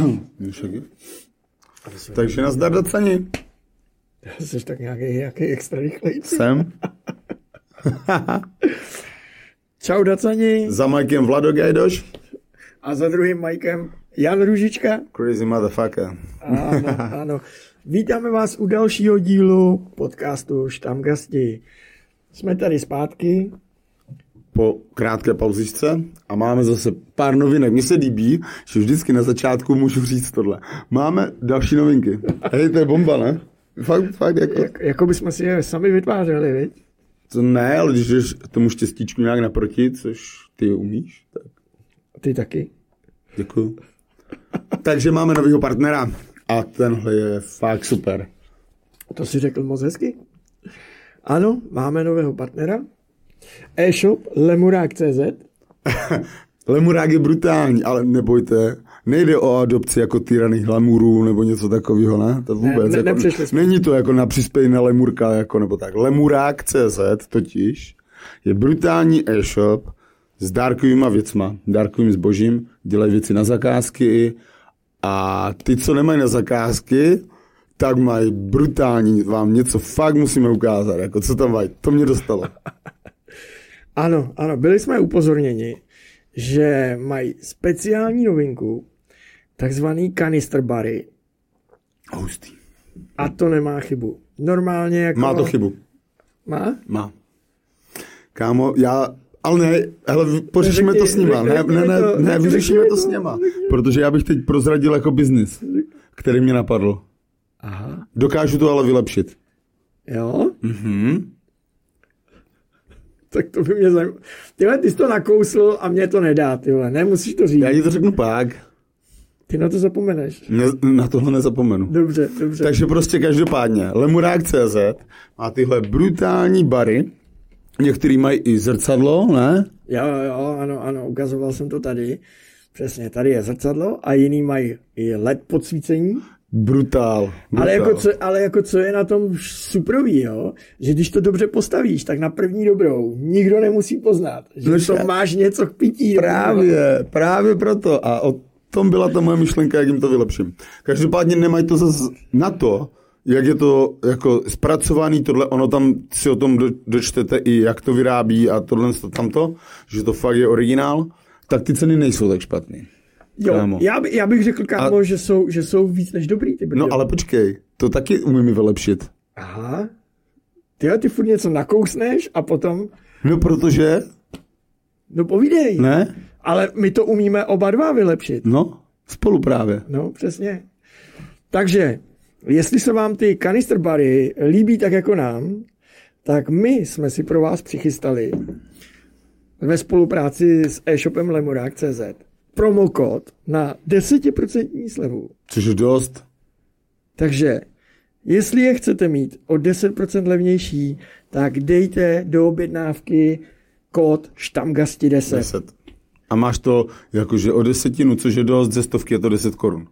Takže nazdar Dacani. Jsi tak nějaký extra rychlej. Jsem. Čau Dacani. Za Majkem Vlado Gajdoš. A za druhým Majkem Jan Růžička. Crazy motherfucker. Ano. Vítáme vás u dalšího dílu podcastu Štamgasti. Jsme tady zpátky. Po krátké pauzičce a máme zase pár novinek. Mně se líbí, že vždycky na začátku můžu říct tohle. Máme další novinky. Hej, to je bomba, ne? Fakt jako... Jako bychom si je sami vytvářeli, viď? To ne, ale když jdeš tomu štěstíčku nějak naproti, což ty umíš, tak... Ty taky. Děkuju. Takže máme novýho partnera a tenhle je fakt super. To si řekl moc hezky. Ano, máme nového partnera. E-shop lemurák.cz. Lemurák je brutální, ale nebojte, nejde o adopci jako tyraných lemurů nebo něco takového, ne? To vůbec. Není to jako na přispěj na lemurka, jako nebo tak. Lemurák.cz totiž je brutální e-shop s dárkovýma věcma, dárkovým zbožím, dělají věci na zakázky a ty, co nemají na zakázky, tak mají brutální, vám něco fakt musíme ukázat, jako co tam mají, to mě dostalo. Ano, byli jsme upozorněni, že mají speciální novinku, takzvaný kanister bary. Hustý. A to nemá chybu. Normálně jako... Má to chybu. Má? Má. Kámo, ale ne, hele, pořešíme to s nima. Ne, vyřešíme to s nima. Protože já bych teď prozradil jako biznis, který mě napadl. Aha. Dokážu to ale vylepšit. Jo? Mhm. Tak to by mě zajímalo. Tyhle, ty jsi to nakousl a mě to nedá, tyhle. Nemusíš to říct. Já ti to řeknu pak. Ty na to zapomeneš. Na tohle nezapomenu. Dobře. Takže prostě každopádně, lemurák.cz má tyhle brutální bary. Některý mají i zrcadlo, ne? Jo, ano, ukazoval jsem to tady. Přesně, tady je zrcadlo a jiný mají i LED podsvícení. Brutál. Ale jako co je na tom suprový, jo? Že když to dobře postavíš, tak na první dobrou nikdo nemusí poznat, že to máš něco k pití. Právě proto. A o tom byla ta moje myšlenka, jak jim to vylepším. Každopádně nemají to zase na to, jak je to jako zpracovaný tohle, ono tam si o tom dočtete i jak to vyrábí a tohle tamto, že to fakt je originál, tak ty ceny nejsou tak špatný. Jo, já bych řekl, kámo, že jsou víc než dobrý. No ale počkej, to taky umím vylepšit. Aha. Ty furt něco nakousneš a potom... No protože... No povídej. Ne? Ale my to umíme oba dva vylepšit. No, spolu právě. No, přesně. Takže, jestli se vám ty kanister bary líbí tak jako nám, tak my jsme si pro vás přichystali ve spolupráci s e-shopem lemurák.cz promokód na 10% slevu. Což je dost. Takže, jestli je chcete mít o 10% levnější, tak dejte do objednávky kód Štamgasti10. 10. A máš to jakože o 10, což je dost, ze 100 je to 10 korun.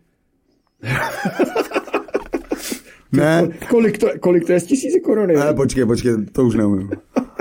Ne. Kolik to je z 1000 koruny? Ne, počkej, to už neumím.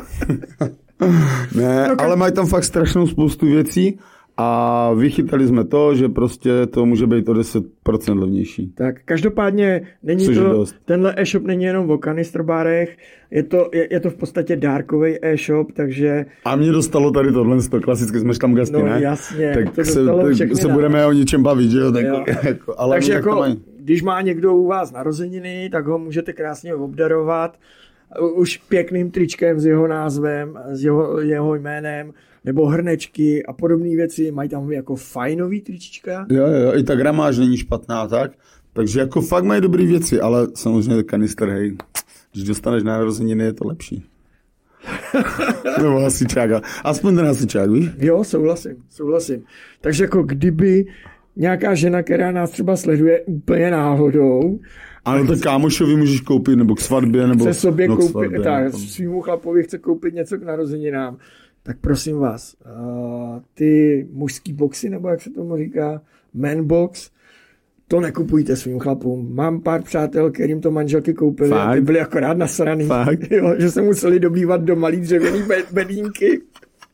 Ne, ale mají tam fakt strašnou spoustu věcí a vychytali jsme to, že prostě to může být o 10% levnější. Tak každopádně tenhle e-shop není jenom o kanistrbarech, je to v podstatě dárkový e-shop, takže... A mě dostalo tady tohle klasické jsme tam gasty, ne? No jasně, tak se budeme o něčem bavit, že jo? Ale takže jako, když má někdo u vás narozeniny, tak ho můžete krásně obdarovat už pěkným tričkem s jeho názvem, s jeho jménem, nebo hrnečky a podobné věci. Mají tam jako fajnový tričička. Jo, i ta gramáž není špatná, tak? Takže jako fakt mají dobré věci, ale samozřejmě kanister, hej, když dostaneš na narozeniny, je to lepší. Nebo hasičák, aspoň ten hasičák, víš? Jo, souhlasím. Takže jako kdyby nějaká žena, která nás třeba sleduje úplně náhodou, ale to kámošovi můžeš koupit, nebo k svatbě, nebo... Chce sobě koupit, tak svýmu chlapovi chce koupit něco k narozeninám, tak prosím vás, ty mužský boxy, nebo jak se tomu říká, man box, to nekupujte svým chlapům. Mám pár přátel, kterým to manželky koupili a ty byli akorát nasraný, jo, že se museli dobývat do malý dřevěný bedínky.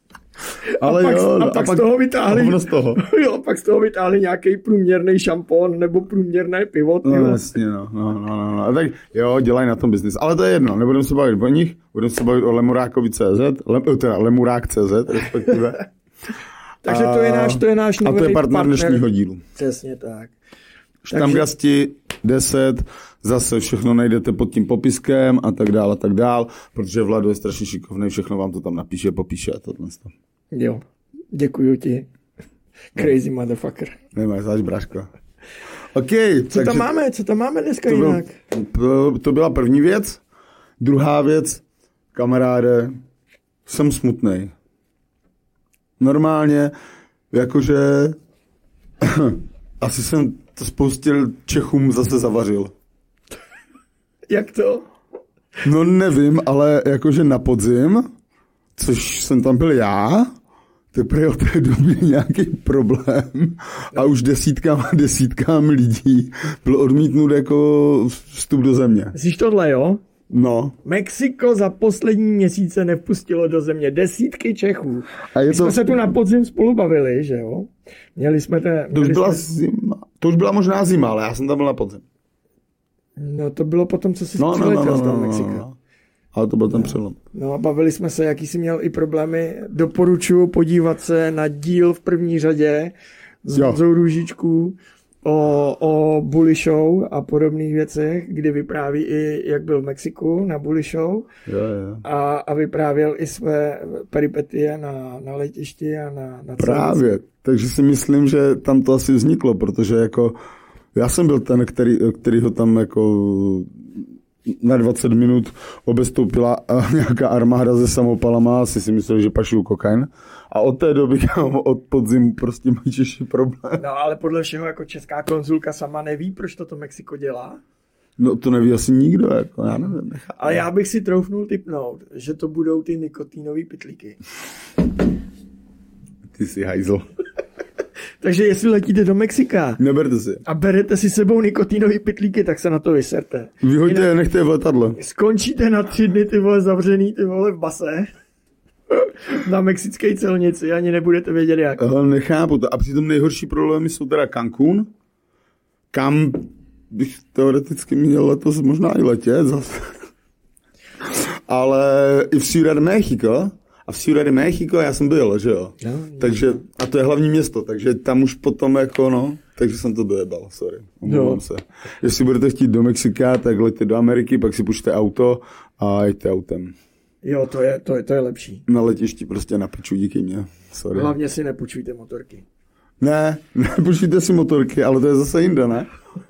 Ale a pak z toho vytáhli. Z toho. Jo, pak z toho vytáhli nějaký průměrný šampon nebo průměrné pivo. No jasně, no. Tak jo, dělají na tom biznis. Ale to je jedno, nebudeme se bavit o nich, budeme se bavit o Lemurákovi.cz, teda Lemurák.cz, respektive. Takže to je náš a to je partner dnešního dílu. Přesně tak. Štamgasti 10, zase všechno najdete pod tím popiskem a tak dál, protože Vlado je strašně šikovný, všechno vám to tam napíše, popíše a tohle. Jo, děkuju ti. Crazy motherfucker. Nemáš záš, bráško. OK. Co tam máme dneska jinak? To byla první věc. Druhá věc, kamaráde, jsem smutnej. Normálně, jakože asi jsem to spoustě Čechům zase zavařil. Jak to? No nevím, ale jakože na podzim, což jsem tam byl já, teprve od té doby nějaký problém a už desítkám lidí byl odmítnut jako vstup do země. Myslíš tohle, jo? No. Mexiko za poslední měsíce nevpustilo do země desítky Čechů. My jsme se tu na podzim spolu bavili, že jo? Měli jsme zima. To už byla možná zima, ale já jsem tam byl na podzim. No to bylo potom, co jsi přiletěl z toho Mexika. No. Ale to byl ten přelom. No a bavili jsme se, jaký jsi měl i problémy. Doporučuji podívat se na díl v první řadě s Honzou Růžičkou o Bully Show a podobných věcech, kdy vypráví i, jak byl v Mexiku na Bully Show. Jo. A vyprávěl i své peripetie na letišti a na právě. Takže si myslím, že tam to asi vzniklo, protože jako já jsem byl ten, který ho tam jako na 20 minut obestoupila nějaká armáda se samopalama, asi si mysleli, že pašují kokain. A od té doby, od podzimu prostě mají Češi problém. No ale podle všeho jako česká konzulka sama neví, proč to Mexiko dělá. No to neví asi nikdo, jako já nevím. Ale já bych si troufnul tipnout, že to budou ty nikotinové pytlíky. Ty jsi hajzl. Takže jestli letíte do Mexika neberte si a berete si sebou nikotinové pytlíky, tak se na to vyserte. Vyhoďte je, nechte je v letadle. Skončíte na 3 dny zavřený v base na mexické celnici, ani nebudete vědět jak. Nechápu to. A přitom nejhorší problémy jsou teda Cancún, kam bych teoreticky měl letos možná i letět zase. Ale i v Ciudad de México. A v Ciudad de México já jsem byl, že jo? No, takže, a to je hlavní město, takže tam už potom jako no, takže jsem to dojebal, sorry, omlouvám se. Jestli budete chtít do Mexika, tak leďte do Ameriky, pak si půjčte auto a jeďte autem. Jo, to je lepší. Na letišti prostě na piču, díky mě, sorry. Hlavně si nepůjčujte motorky. Ne, nepůjčujte si motorky, ale to je zase jinde, ne?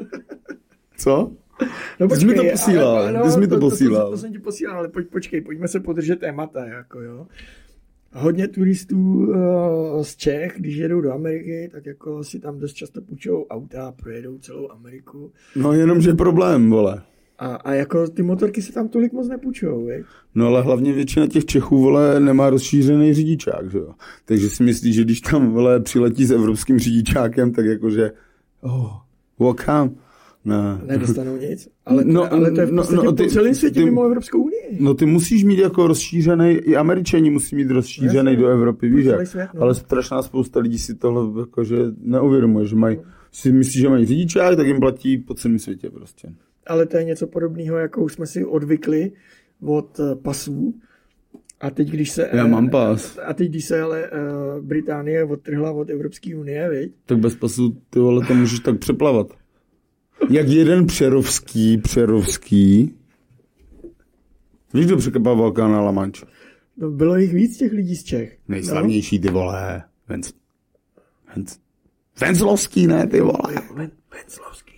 Co? No počkej, jsi mi to posílal, jsi mi to posílal. To jsem ti posílal, ale počkej, pojďme se podržet témata, jako jo. Hodně turistů z Čech, když jedou do Ameriky, tak jako si tam dost často půjčou auta a projedou celou Ameriku. No jenomže problém, vole. A jako ty motorky se tam tolik moc nepůjčou, viď? No ale hlavně většina těch Čechů, vole, nemá rozšířený řidičák, že jo. Takže si myslí, že když tam, vole, přiletí s evropským řidičákem, tak jakože, welcome. Ne. Nedostanou nic, ale to je v podstatě po celém světě mimo Evropskou unii. No ty musíš mít jako rozšířený, i Američani musí mít rozšířený do Evropy, víš jak? Svět, no. Ale strašná spousta lidí si tohle jakože neuvědomuje, že mají, si myslí, že mají řidičák, tak jim platí po celém světě prostě. Ale to je něco podobného, jako už jsme si odvykli od pasů. A teď, když se... Já mám pas. A teď, když se ale Británie odtrhla od Evropské unie, viď? Tak bez pasu, ty vole, to můžeš tak přeplavat. Jak jeden Přerovský. Víš, kdo překopal na La Manche? No, bylo jich víc těch lidí z Čech. Nejslavnější, ty vole. Venclovský, ne, ty vole. Venclovský.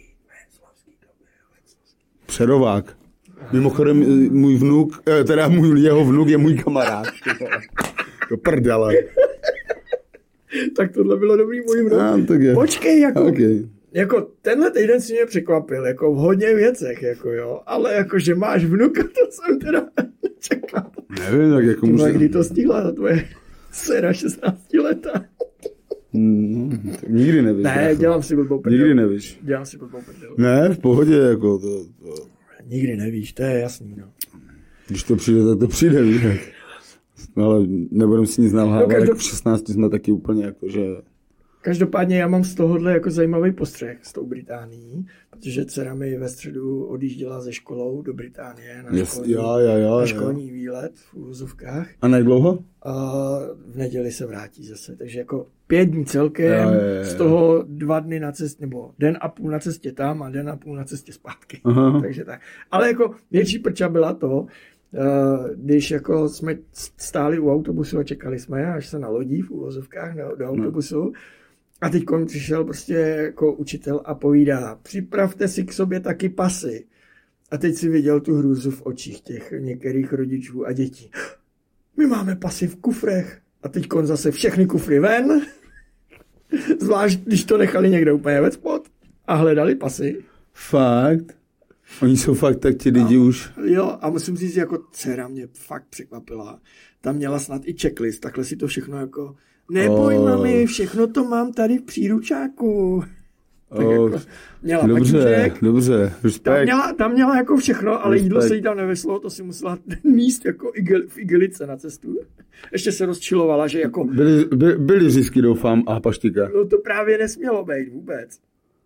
Přerovák. Mimochodem, můj vnuk, teda jeho vnuk je můj kamarád. To prdele. Tak tohle bylo dobrý můj vnuk. Počkej, jako... Okay. Jako tenhle týden si mě překvapil, jako v hodně věcech, jako jo, ale jako, že máš vnuka, to jsem teda nečekal. Nevím, tak jako musím... Kdy to stihla tvoje dcera 16 leta? Nikdy nevíš. Ne, dělám si blbou prdel. Nikdy nevíš. Dělám si blbou prdel. Ne, v pohodě, jako to... Nikdy nevíš, to je jasný, no. Když to přijde, tak to přijde, víš. ale nebudeme si nic nalhávat, no, v 16 jsme taky úplně jako, že... Každopádně já mám z tohohle jako zajímavý postřeh s tou Británií, protože dcera mi ve středu odjížděla ze školou do Británie na školní výlet v úvozovkách. A jak dlouho? A v neděli se vrátí zase, takže jako 5 dní celkem, z toho 2 dny na cestě, nebo den a půl na cestě tam a den a půl na cestě zpátky. Takže tak. Ale jako větší prča byla to, když jako jsme stáli u autobusu a čekali jsme, až se nalodí v úvozovkách do autobusu, a teď přišel prostě jako učitel a povídá, připravte si k sobě taky pasy. A teď si viděl tu hrůzu v očích těch některých rodičů a dětí. My máme pasy v kufrech. A teď zase všechny kufry ven. Zvlášť, když to nechali někde úplně ve spod a hledali pasy. Fakt? Oni jsou fakt tak ti lidi už. Jo, a musím říct, jako dcera mě fakt překvapila. Tam měla snad i checklist, takhle si to všechno jako... Neboj, mami, všechno to mám tady v příručáku. Tak jako měla patíček. Dobře, respekt. Tam měla jako všechno, ale jídlo se jí tam neveslo, to si musela míst jako v igelice na cestu. Ještě se rozčilovala, že jako... Byly řízky, doufám, a paštika. No to právě nesmělo být vůbec.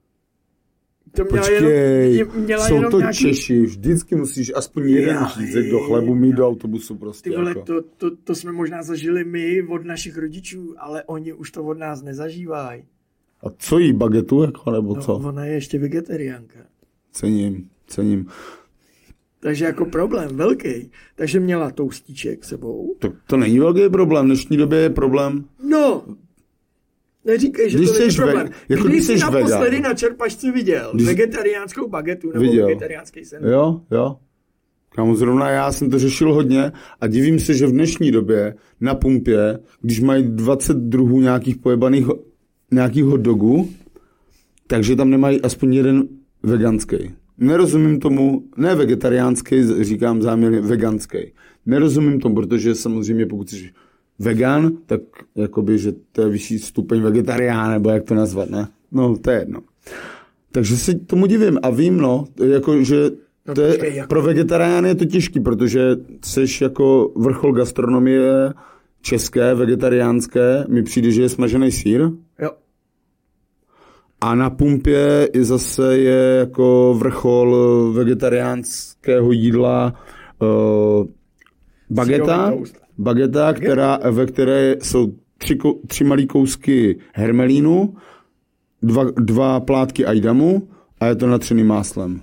To jsou to nějaký... Češi, vždycky musíš aspoň jeden řízek do chlebu mít do autobusu prostě. Ty vole, jako. to jsme možná zažili my od našich rodičů, ale oni už to od nás nezažívají. A co jí, bagetu jako, nebo co? Ona je ještě vegetariánka. Cením. Takže jako problém velký. Takže měla toustíček sebou. To není velký problém, v dnešní době je problém. No, neříkej, že když to není problém. Jako když jsi naposledy na čerpačce viděl vegetariánskou bagetu nebo vegetariánský sendvič? Jo. Kámo, zrovna já jsem to řešil hodně a divím se, že v dnešní době na pumpě, když mají 20 druhů nějakých pojebaných nějakých hot dogů, takže tam nemají aspoň jeden veganský. Nerozumím tomu, ne vegetariánský, říkám záměrně veganský. Nerozumím tomu, protože samozřejmě pokud jsi vegan, tak jakoby, že to je vyšší stupeň vegetarián, nebo jak to nazvat, ne? No, to je jedno. Takže se tomu divím a vím, jako, že to je, pro vegetariány je to těžký, protože jsi jako vrchol gastronomie české, vegetariánské, mi přijde, že je smažený sýr. Jo. A na pumpě zase je jako vrchol vegetariánského jídla bageta, ve které jsou 3 malý kousky hermelínu, 2 plátky ajdamu a je to natřený máslem.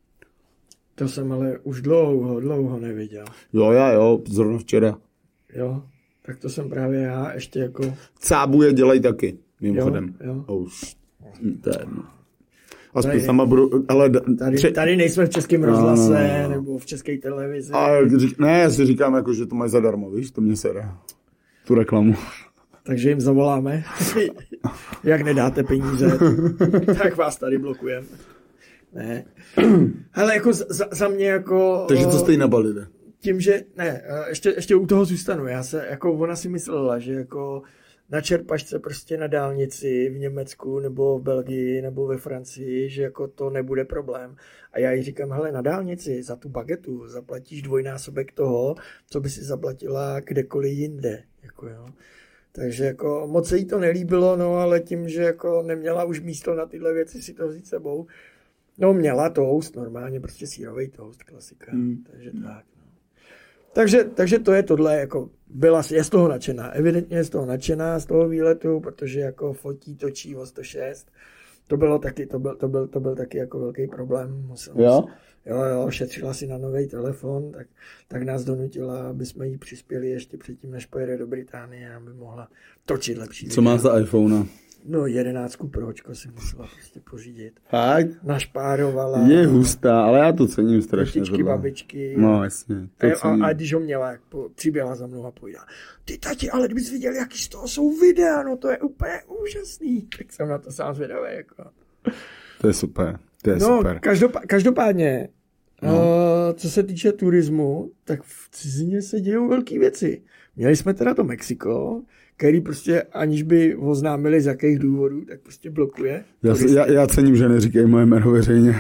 To jsem ale už dlouho neviděl. Jo, zrovna včera. Jo, tak to jsem právě já ještě jako... Cábuje dělají taky, mimochodem. Jo. Už, to je jedno. Aspoň sama budu, ale... Tady nejsme v Českém rozhlase, nebo v České televizi. Já si říkám, jako, že to mají zadarmo, víš, to mě sere. Tu reklamu. Takže jim zavoláme. Jak nedáte peníze, tak vás tady blokujeme. Ne. Hele, jako za mě jako... Takže co jste jí nabalili? Tím, že... Ne, ještě u toho zůstanu. Ona si myslela, že jako na čerpačce prostě na dálnici v Německu nebo v Belgii nebo ve Francii, že jako to nebude problém. A já jí říkám, hele, na dálnici za tu bagetu zaplatíš 2násobek toho, co by si zaplatila kdekoliv jinde. Jako jo. Takže jako moc se jí to nelíbilo, ale tím, že jako neměla už místo na tyhle věci si to vzít sebou. No, měla toast, normálně prostě sýrovej toast, klasika. Takže tak. Takže to je tohle, jako je z toho nadšená. Evidentně je z toho nadšená, z toho výletu, protože jako fotí, točí o 106. To byl taky jako velký problém. Jo, šetřila si na nový telefon, tak nás donutila, aby jsme jí přispěli ještě předtím, než pojede do Británie, aby mohla točit lepší. Co má za iPhone? No, 11 Pročko si musela prostě pořídit. Fakt? Našpárovala. Je hustá, ale já to cením strašně. Dětičky, babičky. No, jasně. A když ho měla, přiběhla za mnou a povídala, ty tati, ale kdybys viděl, jaký z toho jsou videa, no to je úplně úžasný. Tak jsem na to sám zvědavý, jako. To je super. Každopádně, co se týče turismu, tak v cizině se dějou velké věci. Měli jsme teda to Mexiko, který prostě, aniž by oznámili z jakých důvodů, tak prostě blokuje. Já cením, že neříkej moje jméno veřejně.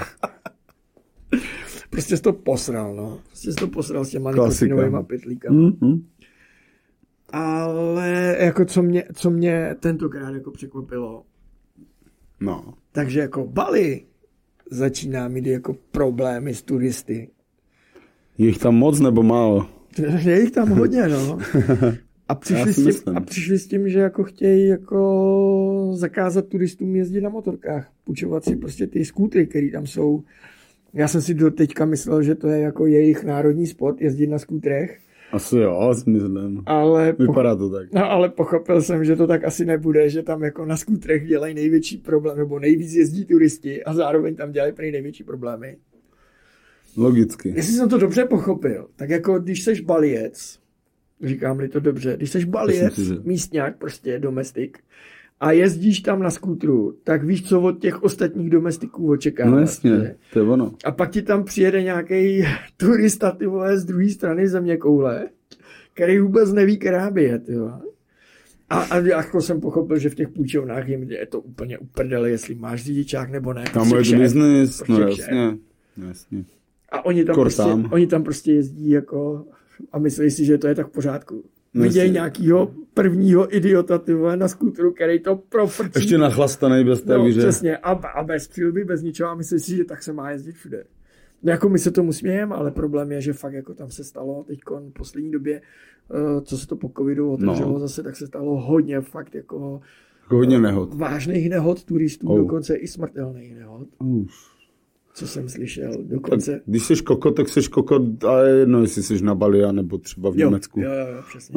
Prostě jsi to posral, Prostě jsi to posral s těma nikotinovýma pytlíkama. Ale jako co mě tentokrát jako překvapilo, no. Takže jako Bali začíná mít jako problémy s turisty. Je jich tam moc nebo málo? Je jich tam hodně, no. A přišli s tím, že jako chtějí jako zakázat turistům jezdit na motorkách. Půjčovat si prostě ty skútry, které tam jsou. Já jsem si do teďka myslel, že to je jako jejich národní sport, jezdit na skútrech. Asi jo, myslím. Vypadá to tak. No, ale pochopil jsem, že to tak asi nebude, že tam jako na skútrech dělají největší problém, nebo nejvíc jezdí turisti a zároveň tam dělají prý největší problémy. Logicky. Jestli jsem to dobře pochopil, tak jako když seš Balijec, říkám-li to dobře, když seš Balijec, místňák, prostě domestik, a jezdíš tam na skútru, tak víš, co od těch ostatních domestiků očekáváš. No jasně, to je ono. A pak ti tam přijede nějaký turista, ty vole, z druhé strany zeměkoule, který vůbec neví krábět, jo. A jako jsem pochopil, že v těch půjčovnách je to úplně uprdele, jestli máš řidičák nebo ne. Tam je to biznis, no jasně. A oni tam prostě jezdí jako a myslí si, že to je tak v pořádku. Vidějí nějakýho prvního idiota, ty vole, na skútru, který to profrčí. Ještě nachlastanej bez tak, že? Přesně, a bez přilby, bez ničeho a myslí si, že tak se má jezdit všude. No jako my se tomu smějeme, ale problém je, že fakt jako tam se stalo teďko v poslední době, co se to po covidu otevřelo zase, tak se stalo hodně fakt jako hodně nehod. Vážných nehod turistů, dokonce i smrtelných nehod. Co jsem slyšel, dokonce. Tak, když jsi kokot, tak jsi kokot a je jedno, jestli jsi na Bali, nebo třeba v Německu. Jo, přesně.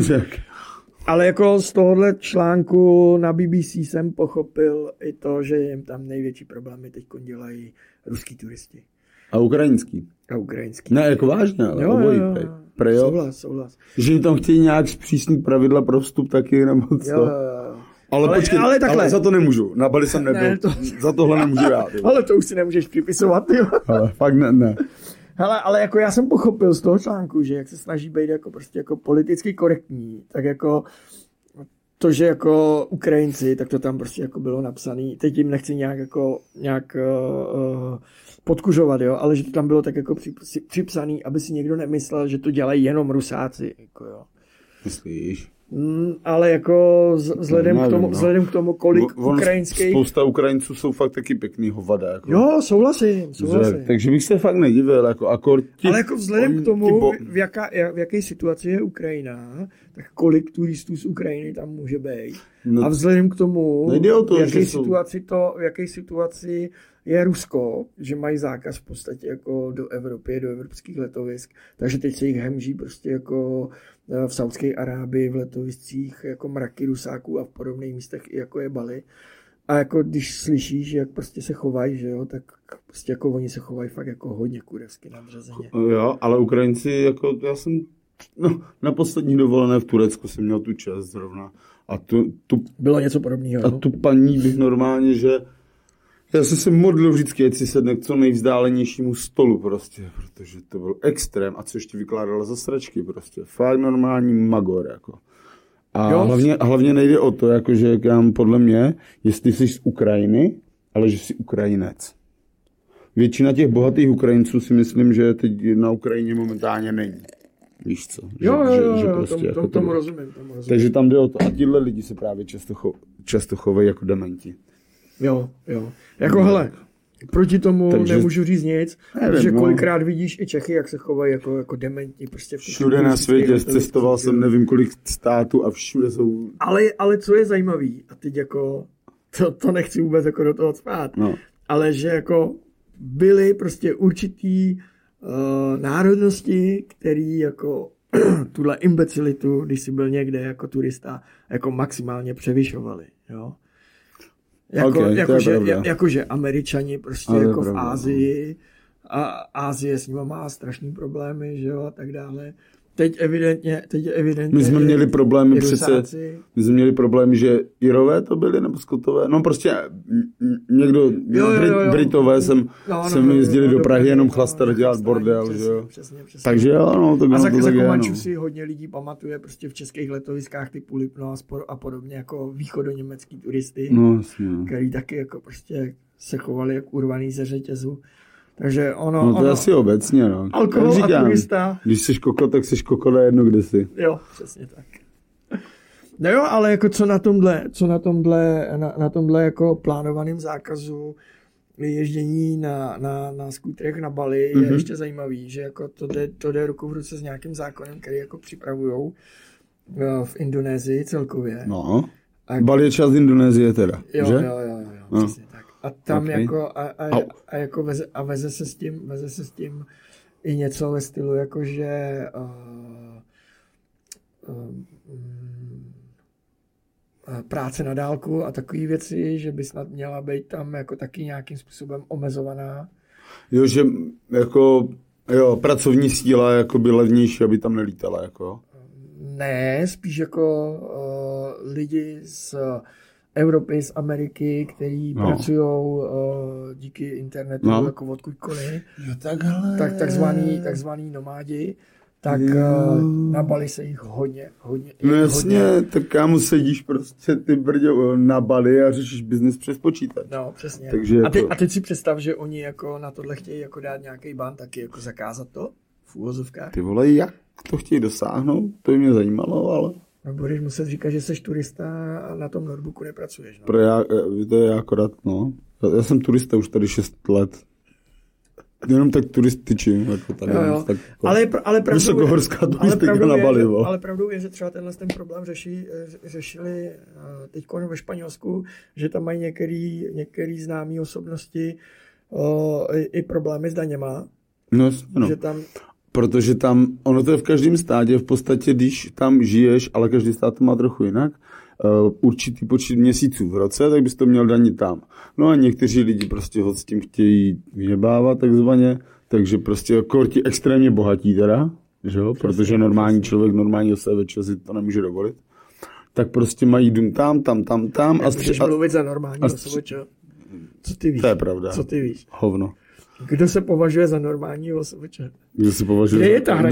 Ale jako z tohohle článku na BBC jsem pochopil i to, že jim tam největší problémy teď dělají ruský turisti. A ukrajinský. Ne, jako vážně, ale obojí. Souhlas. Že jim tam chtějí nějak zpřísnit pravidla pro vstup taky, nebo co? Jo. Ale počkej, ale za to nemůžu. Na Bali jsem nebyl. Za tohle nemůžu já. Ale to už si nemůžeš připisovat, jo. Ale fakt ne. Hele, ale jako já jsem pochopil z toho článku, že jak se snaží být jako prostě jako politicky korektní, tak jako to, že jako Ukrajinci, tak to tam prostě jako bylo napsaný. Teď jim nechci nějak podkuřovat, jo, ale že to tam bylo tak jako připsaný, aby si někdo nemyslel, že to dělají jenom Rusáci, jako jo. Myslíš? Ale jako vzhledem k tomu, kolik ukrajinských... Spousta Ukrajinců jsou fakt taky pěkný hovada. Jako. Jo, souhlasím. Takže bych se fakt nedivil. Ale jako vzhledem k tomu, v jaké situaci je Ukrajina, tak kolik turistů z Ukrajiny tam může být. No, a vzhledem k tomu, v jaké situaci je Rusko, že mají zákaz v podstatě jako do Evropy, do evropských letovisk, takže teď se jich hemží prostě jako v Saudské Arábii, v letoviscích jako mraky Rusáků a v podobných místech, jako je Bali. A jako když slyšíš, jak prostě se chovají, že jo, tak prostě jako oni se chovají fakt jako hodně kurevsky nadřazeně. Jo, ale Ukrajinci, jako já jsem na poslední dovolené v Turecku jsem měl tu čest zrovna. A tu bylo něco podobného. A tu paní bych normálně, že já jsem se modlil vždycky, ať si sedne k co nejvzdálenějšímu stolu prostě, protože to byl extrém a co ještě vykládala za sračky prostě. Fakt normální magor, jako. A hlavně nejde o to, jakože podle mě, jestli jsi z Ukrajiny, ale že jsi Ukrajinec. Většina těch bohatých Ukrajinců si myslím, že teď na Ukrajině momentálně není. Víš co? Tomu rozumím. Takže tam jde o to. A tihle lidi se právě často chovají jako dementi. Jo. Jako hele, proti tomu nemůžu říct nic, protože kolikrát vidíš i Čechy, jak se chovají jako dementi. Prostě všude na světě, cestoval jsem nevím kolik států a všude jsou... Ale co je zajímavý, a teď jako, to nechci vůbec jako do toho spát, ale že jako byly prostě určitý národnosti, který jako tuhle imbecilitu, když jsi byl někde jako turista, jako maximálně převyšovali, jo. Jakože Američani prostě jako v Asii a Asie s nimi má strašný problémy, že jo, a tak dále. Teď evidentně my jsme měli problémy my jsme měli problémy, že Irové to byli, nebo Skotové, no prostě někdo, Britové jsem jezdili do Prahy jenom chlastat, dělat bordel, že jo. Přesně. Takže jo, no, to a za Komančů si hodně lidí pamatuje prostě v českých letoviskách typu Lipno a podobně jako východoněmecký turisty, který taky jako prostě se chovali jak urvaný ze řetězu. Takže to je asi obecně, no. Alkohol a turista. Když jsi kokot, tak jsi kokot a jedno, kde jsi. Jo, přesně tak. No jo, ale jako co na tomhle jako plánovaném zákazu ježdění na skútrech na Bali je ještě zajímavý, že jako to jde ruku v ruce s nějakým zákonem, který jako připravujou v Indonésii celkově. No, Bali je část Indonésie teda, jo, že? Jo, přesně tak. A tam jako, jako veze se s tím i něco ve stylu, jakože práce na dálku a takové věci, že by snad měla být tam jako taky nějakým způsobem omezovaná. Jo, že jako pracovní síla jako by levnější, aby tam nelítala, jako. Ne, spíš jako lidi z Evropy, z Ameriky, kteří pracují díky internetu jako odkudkoliv. Jo, takhle. Takzvaný nomádi. Tak na Bali se jich hodně. No jasně, tak kámo sedíš prostě ty brďo na Bali a řešíš biznis přes počítač. No, přesně. Takže a teď si představ, že oni jako na tohle chtějí jako dát nějaký ban, taky jako zakázat to v úvozovkách. Ty vole, jak to chtějí dosáhnout? To by mě zajímalo, ale... No budeš muset říkat, že jsi turista a na tom notebooku nepracuješ. No? To je akorát, no. Já jsem turista už tady 6 let. Jenom tak turističím, jako tady. Jo. Tak, ale vysokohorská turistika na Bali. Ale pravdou je, že třeba ten problém řešili teď ve Španělsku, že tam mají některý známý osobnosti i problémy s daněma. No. Že tam... Protože tam, ono to je v každém státě, v podstatě, když tam žiješ, ale každý stát to má trochu jinak, určitý počet měsíců v roce, tak bys to měl danit tam. No a někteří lidi prostě ho s tím chtějí vyjebávat takzvaně, takže prostě korti extrémně bohatí teda, že jo? Protože normální člověk, normální OSVČ si to nemůže dovolit. Tak prostě mají dům tam. Můžeš mluvit za normální OSVČ. Co ty víš? To je pravda. Co ty víš? Hovno. Kdo se považuje za normální OSVČ? Kdo se považuje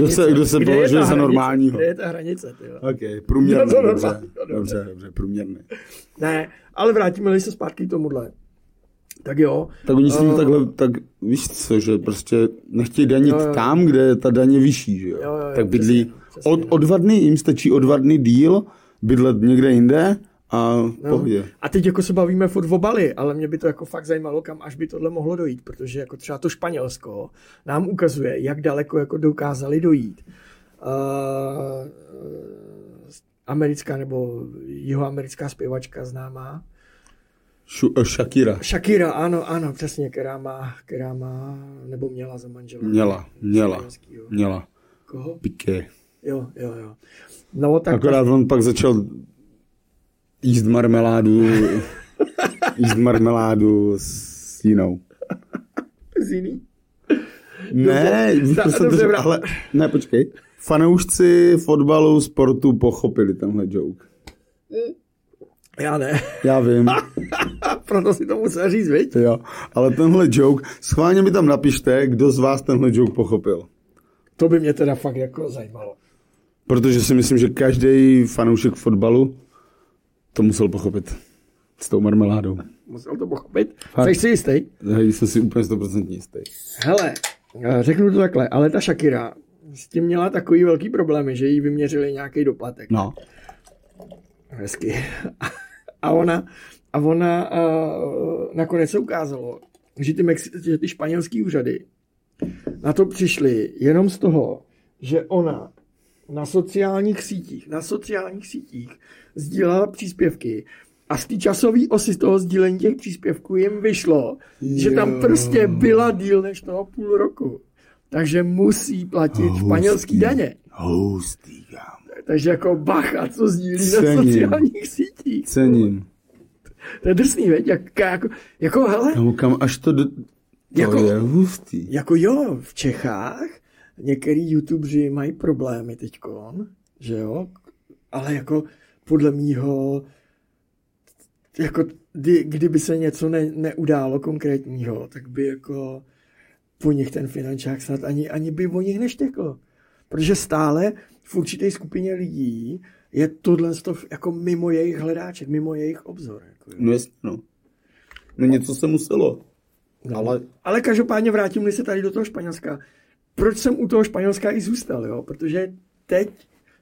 za normálního? Kde je ta hranice? Ok, průměrný. Dobře, průměrný. Ne, ale vrátíme-li se zpátky k tomuhle. Tak jo. Tak oni si takhle, tak víš co, že prostě nechtějí danit tam, kde ta daň je vyšší, že jo? Tak bydlí, o 2 dny, jim stačí o 2 dny díl, bydlet někde jinde a pohodě. A teď jako se bavíme furt o Bali, ale mě by to jako fakt zajímalo, kam až by tohle mohlo dojít, protože jako třeba to Španělsko nám ukazuje, jak daleko jako dokázali dojít. Americká nebo jihoamerická zpěvačka známá. Shakira, ano, přesně, která má, nebo měla za manžela. Měla. Koho? Piqué. Jo. No, tak akorát on pak začal jíst marmeládu s jinou. S jiný? Ne, ale ne, počkej. Fanoušci fotbalu, sportu pochopili tenhle joke. Já ne. Já vím. Proto si to musel říct, viď? Jo, ale tenhle joke, schválně mi tam napište, kdo z vás tenhle joke pochopil. To by mě teda fakt jako zajímalo. Protože si myslím, že každý fanoušek fotbalu to musel pochopit s tou marmeládou. Musel to pochopit? Jsi si jistý? Jsem si úplně 100% jistý. Hele, řeknu to takhle, ale ta Shakira s tím měla takový velký problémy, že jí vyměřili nějaký doplatek. No. Hezky. A ona nakonec se ukázalo, že ty španělský úřady na to přišly jenom z toho, že ona na sociálních sítích sdílela příspěvky a z té časové osy z toho sdílení těch příspěvků jim vyšlo, že tam prostě byla díl než toho půl roku. Takže musí platit španělský daně. Hustý, kámo. Takže jako bacha, co sdílí na sociálních sítích. Cením. To je drsný, veď? Jako hele. Kam až to je hustý. Jako jo, v Čechách některý YouTubeři mají problémy teďkon, že jo? Ale jako podle mýho jako kdyby se něco neudálo konkrétního, tak by jako po nich ten finančák snad ani by o nich neštěkl. Protože stále v určité skupině lidí je tohle jako mimo jejich hledáček, mimo jejich obzor. Jako, no jasně, no. No něco se muselo. No. Ale každopádně vrátím se tady do toho Španělska. Proč jsem u toho Španělska i zůstal, jo? Protože teď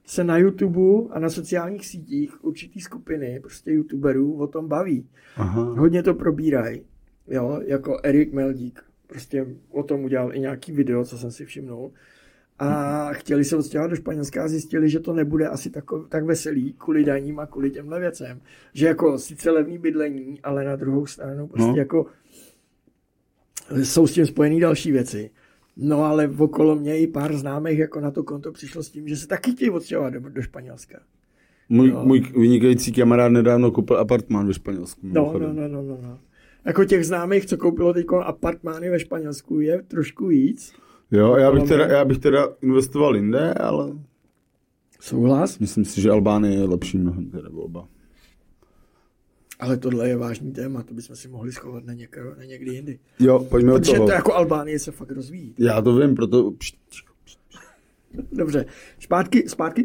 se na YouTube a na sociálních sítích určitý skupiny, prostě youtuberů o tom baví. Aha. Hodně to probírají, jo, jako Erik Meldík. Prostě o tom udělal i nějaký video, co jsem si všimnul. A chtěli se odstěhovat do Španělska a zjistili, že to nebude asi tak veselý kvůli daním a kvůli těmhle věcem. Že jako sice levný bydlení, ale na druhou stranu prostě jako jsou s tím spojený další věci. No ale okolo mě i pár známých jako na to konto přišlo s tím, že se taky chtějí odstěhovat do Španělska. Můj vynikající kamarád nedávno koupil apartmán ve Španělsku. No. Jako těch známých, co koupilo teď apartmány ve Španělsku, je trošku víc. Jo, já bych teda investoval jinde, ale... Souhlas? Myslím si, že Albánie je lepší mnohem teda volba. Ale tohle je vážný téma, to bychom si mohli schovat na někdy jindy. Jo, pojďme od toho. Protože to jako Albánie se fakt rozvíjí. Já to vím, proto... Dobře, zpátky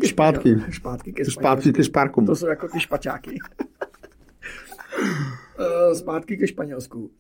ke špárkům. To jsou jako ty špačáky. Zpátky ke Španělsku.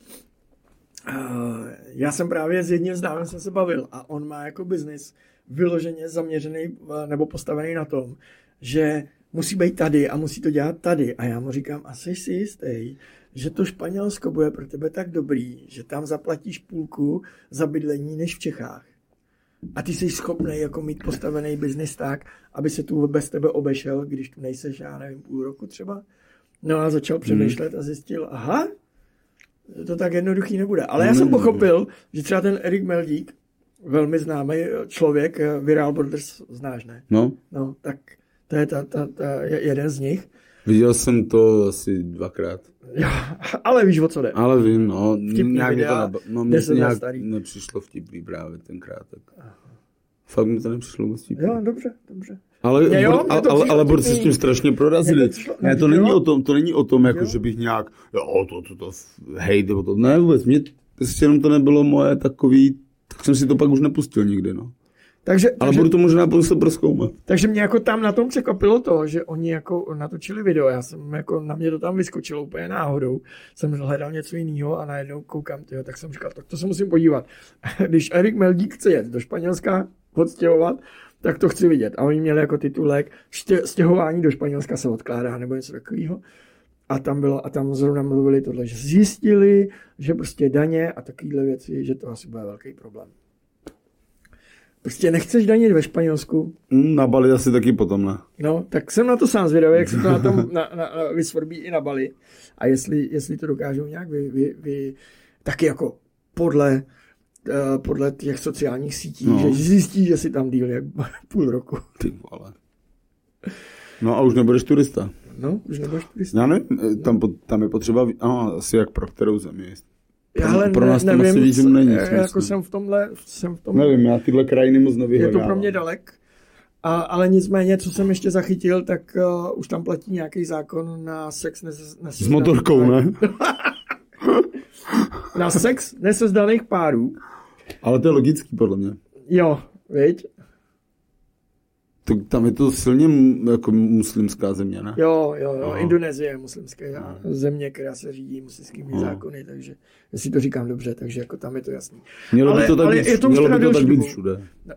Já jsem právě s jedním známým jsem se bavil a on má jako biznis vyloženě zaměřený nebo postavený na tom, že musí být tady a musí to dělat tady. A já mu říkám, a jsi si jistý, že to Španělsko bude pro tebe tak dobrý, že tam zaplatíš půlku za bydlení než v Čechách. A ty jsi schopný jako mít postavený biznis tak, aby se tu bez tebe obešel, když tu nejseš, já nevím, půl roku třeba. No a začal přemýšlet a zjistil, aha, to tak jednoduchý nebude. Ale já jsem pochopil, že třeba ten Erik Meldík, velmi známý člověk, Viral Brothers, znáš, ne? No. No, tak to je jeden z nich. Viděl jsem to asi 2krát. Jo, ale víš, o co jde. Ale vím, no. Nějak videa, mě nějak nepřišlo vtipný právě tenkrát. Tak. Fakt mi to nepřišlo moc vtipný. Jo, dobře. Ale borci s tím strašně prorazili. To není o tom, jako, že bych nějak, hej, nebo to, ne vůbec, mě prostě jenom to nebylo moje takový, tak jsem si to pak už nepustil nikdy, no. Ale budu to možná prostě prozkoumat. Takže mě jako tam na tom překvapilo to, že oni jako natočili video, já jsem jako, na mě to tam vyskočilo úplně náhodou, jsem hledal něco jiného a najednou koukám, tak jsem říkal, tak to se musím podívat. Když Erik Meldík chce jet do Španělska odstěhovat, tak to chci vidět. A oni měli jako titulek stěhování do Španělska se odkládá, nebo něco takového. A tam zrovna mluvili tohle, že zjistili, že prostě daně a takovéhle věci, že to asi bude velký problém. Prostě nechceš danit ve Španělsku? Na Bali asi taky potom, ne? No, tak jsem na to sám zvědavý, jak se to na tom vysvorbí i na Bali. A jestli to dokážou nějak taky jako podle těch sociálních sítí, že zjistí, že si tam díl jak půl roku. Ty vole. No a už nebudeš turista. No, už nebudeš turista. Já nevím, tam je potřeba, asi jak pro kterou zemi jest. Pro nás tam asi vízum není. Jako jsem v tomhle. Nevím, já tyhle krajiny moc nevyhledávám. Je to pro mě dalek. Ale nicméně, co jsem ještě zachytil, tak už tam platí nějaký zákon na sex s motorkou, ne? Na sex nesezdaných párů. Ale to je logický, podle mě. Jo, viď? Tam je to silně jako muslimská země, ne? Jo. Indonésie je muslimská země, která se řídí muslimskými zákony, takže jestli to říkám dobře, takže jako tam je to jasný. Mělo by to tak být všude. No.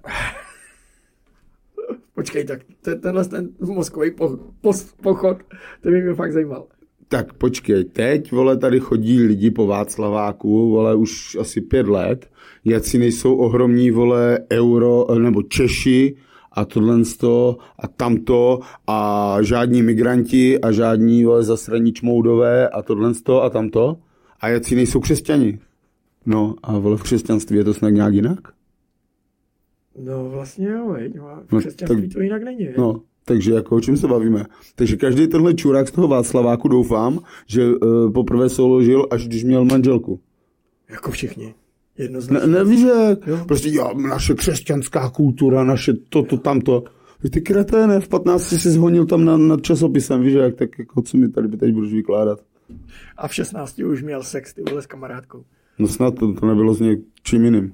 Počkej, tak ten mozkový pochod, to by mě fakt zajímal. Tak počkej, teď, vole, tady chodí lidi po Václaváku, vole, už asi 5 let, jací nejsou ohromní, vole, euro, nebo Češi, a tohle a tamto a žádní migranti a žádní, vole, zasraní čmoudové a tohle a tamto a jací nejsou křesťani. No a, vole, v křesťanství je to snad nějak jinak? No vlastně jo, veď, v křesťanství to jinak není. No, takže jako o čem se bavíme? Takže každý tenhle čurák z toho Václaváku doufám, že poprvé souložil, až když měl manželku. Jako všichni. Nevíš, že prostě naše křesťanská kultura, naše toto, tamto. Ty kreténe, v 15 si zhonil tam nad časopisem, víš, jak tak jako co mi tady teď budeš vykládat. A v 16 už měl sex, ty vole, s kamarádkou. No snad to nebylo s něčím jiným.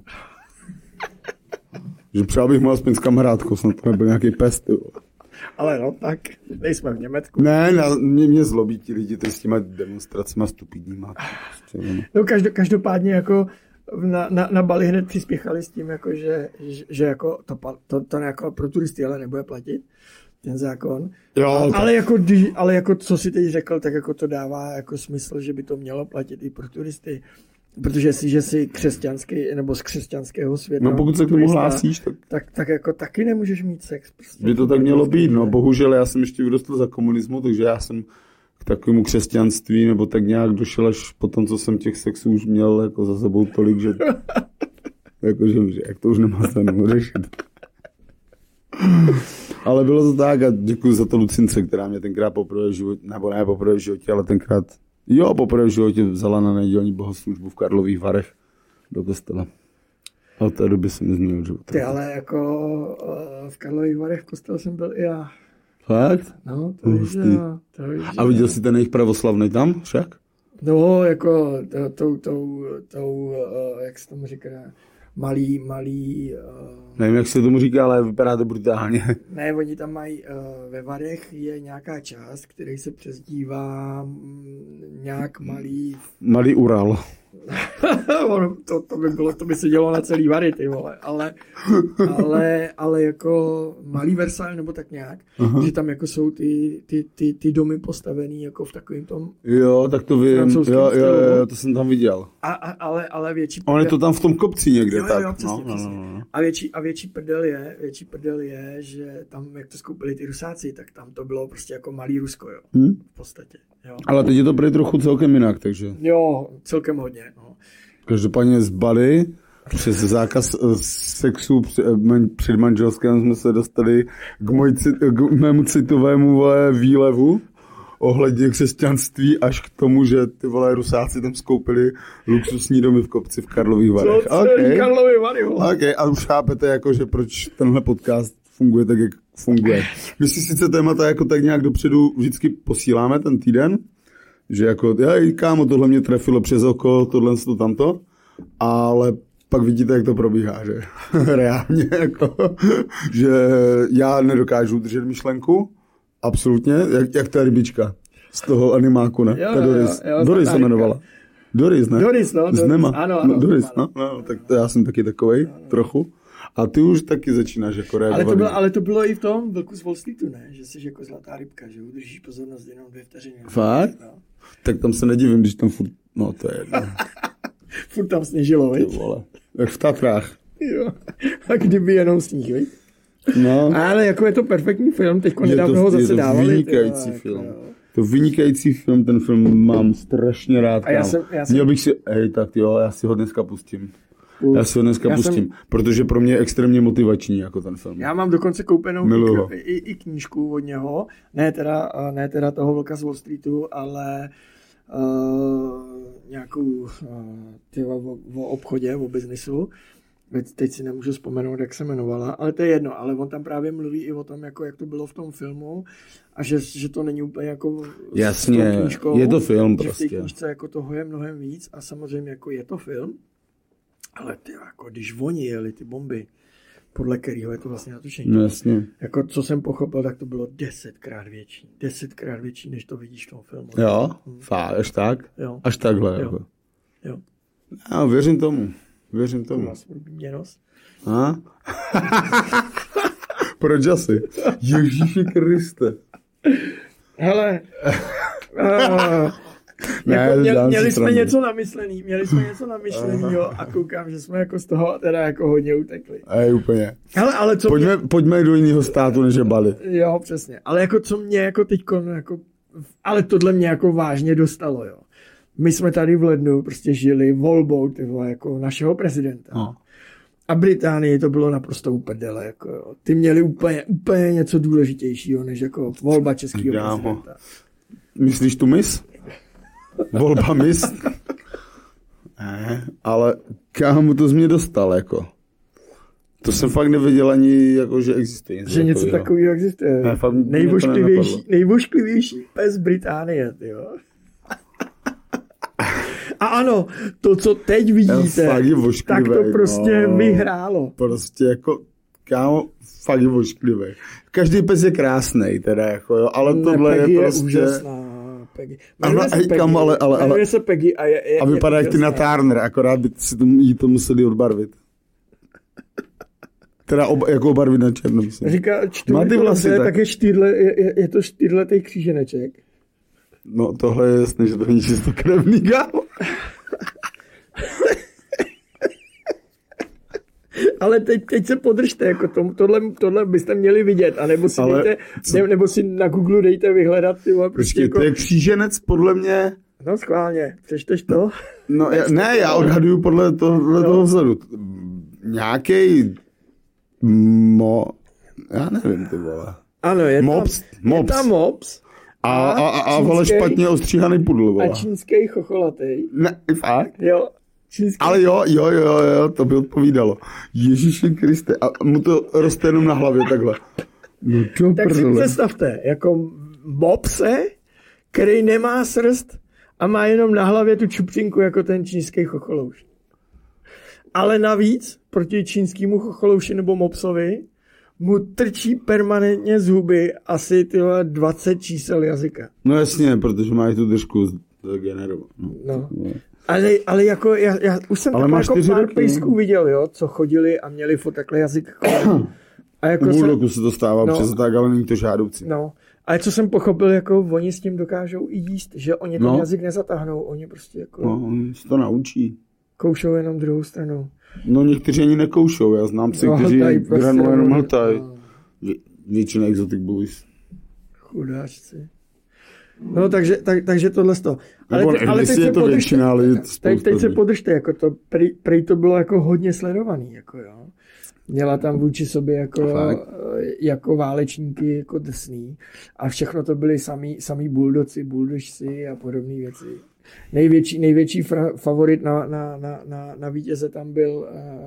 Že přál bych mu aspoň s kamarádkou, snad to nebyl nějaký pes, ty vole. Ale no tak, nejsme v Německu. Ne, mě zlobí ti lidi s těma demonstracima stupidníma. No každopádně jako na Bali hned přispěchali s tím, jako, že jako to jako pro turisty ale nebude platit, ten zákon. Jo, ale jako co si teď řekl, tak jako to dává jako smysl, že by to mělo platit i pro turisty. Protože jestliže jsi křesťanský nebo z křesťanského světa. No pokud se k tomu hlásíš, tak jako taky nemůžeš mít sex. Prostě. By to tak mělo být, no bohužel já jsem ještě vyrostl za komunismu, takže já jsem k takovému křesťanství nebo tak nějak došel až po tom, co jsem těch sexů už měl jako za sebou tolik, že jakože jak to už nemá cenu řešit. Ale bylo to tak a děkuji za to Lucince, která mě tenkrát poprvé v životě, nebo ne poprvé v životě, ale tenkrát poprvé v životě vzala na nedělní bohoslužbu v Karlových Varech do kostela. A od té doby jsem nezměnil život. Ty ale jako v Karlových Varech v kostele jsem byl i já. Fakt? No, to víš, a viděl jsi ten jejich pravoslavný tam však? No, jako tou jak se tomu říká, malý... Nevím, jak se tomu říká, ale vypadá to brutálně. Ne, oni tam mají, ve Varech je nějaká část, který se přezdívá nějak malý... Malý Ural. to by se dělo na celý Vary, ty vole, ale jako malý Versailles nebo tak nějak, že tam jako jsou ty domy postavený jako v takovým tom... Jo, tak to vím, jo, to jsem tam viděl. Ale větší... On je to tam v tom kopci někde, jo, tak. Jo, přesně. No. A větší prdel je, že tam, jak to skoupili ty Rusáci, tak tam to bylo prostě jako malý Rusko, jo, v podstatě. Jo. Ale teď je to prý trochu celkem jinak, takže... Jo, celkem hodně, no. Každopádně z Bali přes zákaz sexu před manželskem jsme se dostali k mému citovému výlevu ohledně křesťanství až k tomu, že ty vole Rusáci tam skoupili luxusní domy v kopci v Karlových Varech. Karlovy Vary, okay, a už chápete, jako, že proč tenhle podcast funguje tak, jak funguje. My si sice témata jako tak nějak dopředu vždycky posíláme ten týden, že jako, kámo, tohle mě trefilo přes oko, tohle to tamto, ale pak vidíte, jak to probíhá, že reálně, jako, že já nedokážu držet myšlenku, absolutně, jak ta rybička z toho animáku, ne? Jo, Doris se jmenovala. Doris, ne? Doris, no. Z Nema. Ano, Doris, no, tak to já jsem taky takovej, trochu. A ty už taky začínáš jako reagovat. Ale to bylo i v tom Vlku z Wall Streetu, ne? Že jsi jako zlatá rybka, že udržíš pozornost jenom 2 vteřiny. Fakt? No. Tak tam se nedivím, když tam furt, no to je jedno. Furt tam sněžilo, viď? Jak v Tatrách. Jo. A kdyby jenom sníh, viď? No. Ale jako je to perfektní film, teďko nedávno ho zase dávali. Je to vynikající film. To vynikající film, ten film mám strašně rád. A já jsem... Měl bych si, tak jo, já si ho dneska pustím. Protože pro mě je extrémně motivační jako ten film. Já mám dokonce koupenou i knížku od něho, ne teda toho Vlka z Wall Streetu, ale nějakou o obchodě, o biznisu. Teď si nemůžu vzpomenout, jak se jmenovala, ale to je jedno, ale on tam právě mluví i o tom, jako, jak to bylo v tom filmu a že to není úplně jako jasně, knížkou, je to film prostě. V té knížce jako toho je mnohem víc a samozřejmě jako je to film, ale ty, jako, když oni jeli ty bomby, podle kterého je to vlastně natočení. No jasně. Jako, co jsem pochopil, tak to bylo 10krát větší. 10krát větší, než to vidíš v tom filmu. Jo? Fakt, až tak? Jo. Až takhle. Jo. Jako. Jo. Já věřím tomu. To má svou měnost. Proč asi? Ježíši Kriste. Hele. Měli jsme něco namyšlený, jo, a koukám, že jsme jako z toho teda jako hodně utekli. Úplně. Hele, ale co pojďme do jiného státu, než je Bali. Jo, přesně. Ale jako co mě jako teďko, jako, ale tohle mě jako vážně dostalo, jo. My jsme tady v lednu prostě žili volbou tyhle, jako našeho prezidenta. No. A Británii to bylo naprosto uprdele. Jako, jo. Ty měli úplně něco důležitějšího, než jako volba českého prezidenta. Myslíš tu mis? Volba mis? Ne, ale kámo, to jsi mě dostal, jako. To jsem fakt nevěděl ani, jako, že existuje. Že něco takového existuje. Nejvošklivější pes Británie, jo. A ano, to, co teď vidíte, tak to prostě vyhrálo. Prostě jako, kámo, fakt je vošklivý. Každý pes je krásnej, teda, jako, jo, ale tohle je prostě... úžasná. Peggy. Jmenuje se Peggy a vypadá jak Tina Turner, akorát by si jí to museli odbarvit. Teda jako obarvit na černo, myslím. Říká, tak je to 4letý kříženeček. No tohle je jasný, že to není čistokrevný, kámo. Ale teď se podržte, jako tohle byste měli vidět, nebo si na Google dejte vyhledat. Prostě jako... To je kříženec podle mě. No schválně, přečteš to? No já odhaduju podle toho vzadu. Nějakej já nevím, ty vole. Ano, je tam mops. A vole špatně ostříhaný pudl, vole. A čínský chocholatej. Ne, fakt? Jo. Ale jo, to by odpovídalo. Ježíši Kriste, a mu to roste jenom na hlavě takhle. No to tak si představte, jako mopse, který nemá srst a má jenom na hlavě tu čupřinku jako ten čínský chocholouš. Ale navíc proti čínskému chocholouši nebo mopsovi mu trčí permanentně z huby asi 20 čísel jazyka. No jasně, protože má i tu držku generovat. No. Ale jako já už jsem tam jako pár pejsků viděl, jo, co chodili a měli furt takhle jazyk. A jako u buldogu se to stává přes tak, ale není to žádoucí. No. Ale co jsem pochopil, jako oni s tím dokážou i jíst, že oni ten jazyk nezatáhnou, oni prostě jako... No, oni se to naučí. Koušou jenom druhou stranou. No někteří ani nekoušou, já znám si, kteří granule jenom hltají. Většina exotic boys. Chudáčci. No, takže tohle z toho. Ale teď se podržte. Teď se podržte, jako to, prej to bylo jako hodně sledovaný, jako jo. Měla tam vůči sobě jako válečníky jako drsný a všechno to byly samý buldožci a podobné věci. Největší favorit na vítěze tam byl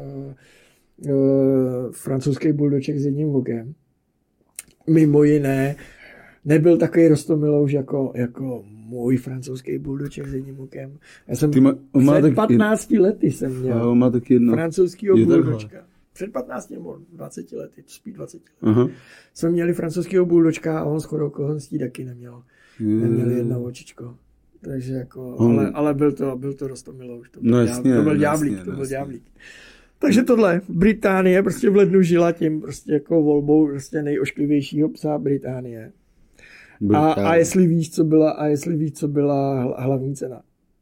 francouzský buldoček s jedním vokem. Mimo jiné nebyl takový roztomilouš jako můj francouzský buldoček s jedním okem. Já jsem před 15 lety jsem měl francouzskýho buldočka. Před 15 nebo 20 lety, spíš 20 lety. Jsme měli francouzskýho buldočka a on shodou okolností taky neměl jedno očičko. Takže jako, ale byl to roztomilouš. To byl ďáblík. Takže tohle, Británie prostě v lednu žila tím prostě jako volbou prostě nejošklivějšího psa Británie. A jestli víš, co byla hlavní cena?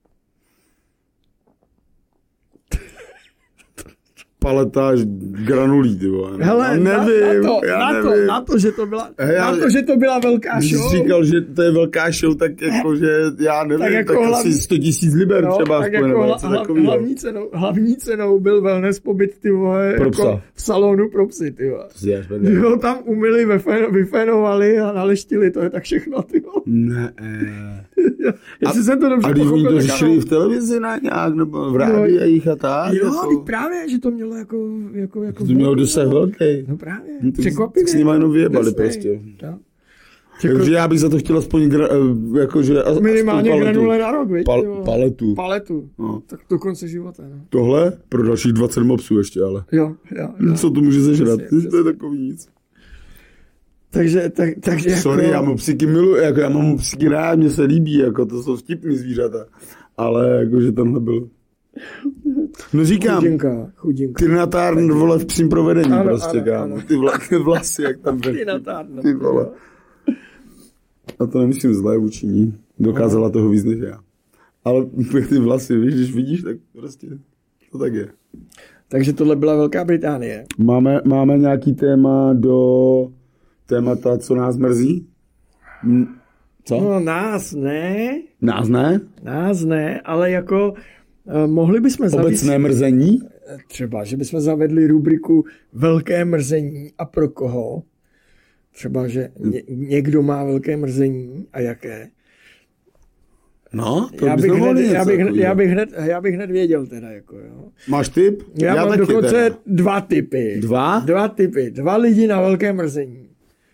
Paletáž granulí, ty vole. Hele, nevím, na to, že to byla velká show. Když říkal, že to je velká show, tak jako, že já nevím, tak jako asi 100 000 liber třeba. Tak jako hlavní cenou byl wellness pobyt, ty vole, jako v salonu pro psy, ty vole. Jo, tam umyli, vyfénovali a naleštili, to je tak všechno, ty vole. Ne. Jestli jsem to dobře pochopil. A když oni to řešili v televizi nějak, nebo v rádiích a tak? Jo, právě, že to mělo jako to mělo dosah velký. No právě, překvapivě. S nimi jenom vyjebali prostě. Takže já bych za to chtěl aspoň minimálně granule na rok, viď? Paletu. No. Tak do konce života, no. Tohle? Pro dalších 20 mopsů ještě, ale. Jo. Co to může zežrat? To je takový nic. Takže sorry, já mopsíky miluji, jako já mám mopsíky rád, mně se líbí, jako to jsou vtipný zvířata. Ale jakože tenhle byl. No říkám, chudinka. Tina Turner, vole, v psím provedení prostě, kámo. Ty vlasy, jak tam byly. Tina Turner. Ty vole. A to nemyslím zlé vůči ní. Dokázala toho víc než já. Ale ty vlasy, víš, když vidíš, tak prostě to tak je. Takže tohle byla Velká Británie. Máme nějaký téma do témata, co nás mrzí? Co? No nás ne. Nás ne, ale jako mohli bychom obecné mrzení? Třeba, že bychom zavedli rubriku Velké mrzení a pro koho. Třeba, že někdo má velké mrzení a jaké. No, to já bych hned věděl teda, jako jo. Máš tip? Já mám dokonce teda 2 tipy. 2 tipy. 2 lidi na velké mrzení.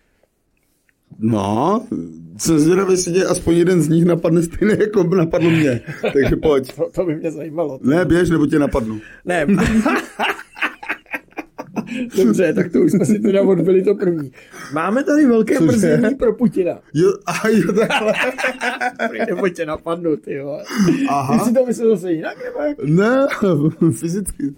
No, jsem zvědavý, jestli aspoň jeden z nich napadne stejně, jako napadl mě. Takže pojď. To by mě zajímalo. Ne, běž, nebo tě napadnu. Ne. Dobře, tak to už jsme si teda odbyli to první. Máme tady velké mrzení pro Putina. Jo, takhle. Nebo tě napadnu, ty jo. Ty si to myslel zase jinak, nebo jak? Ne, fyzicky.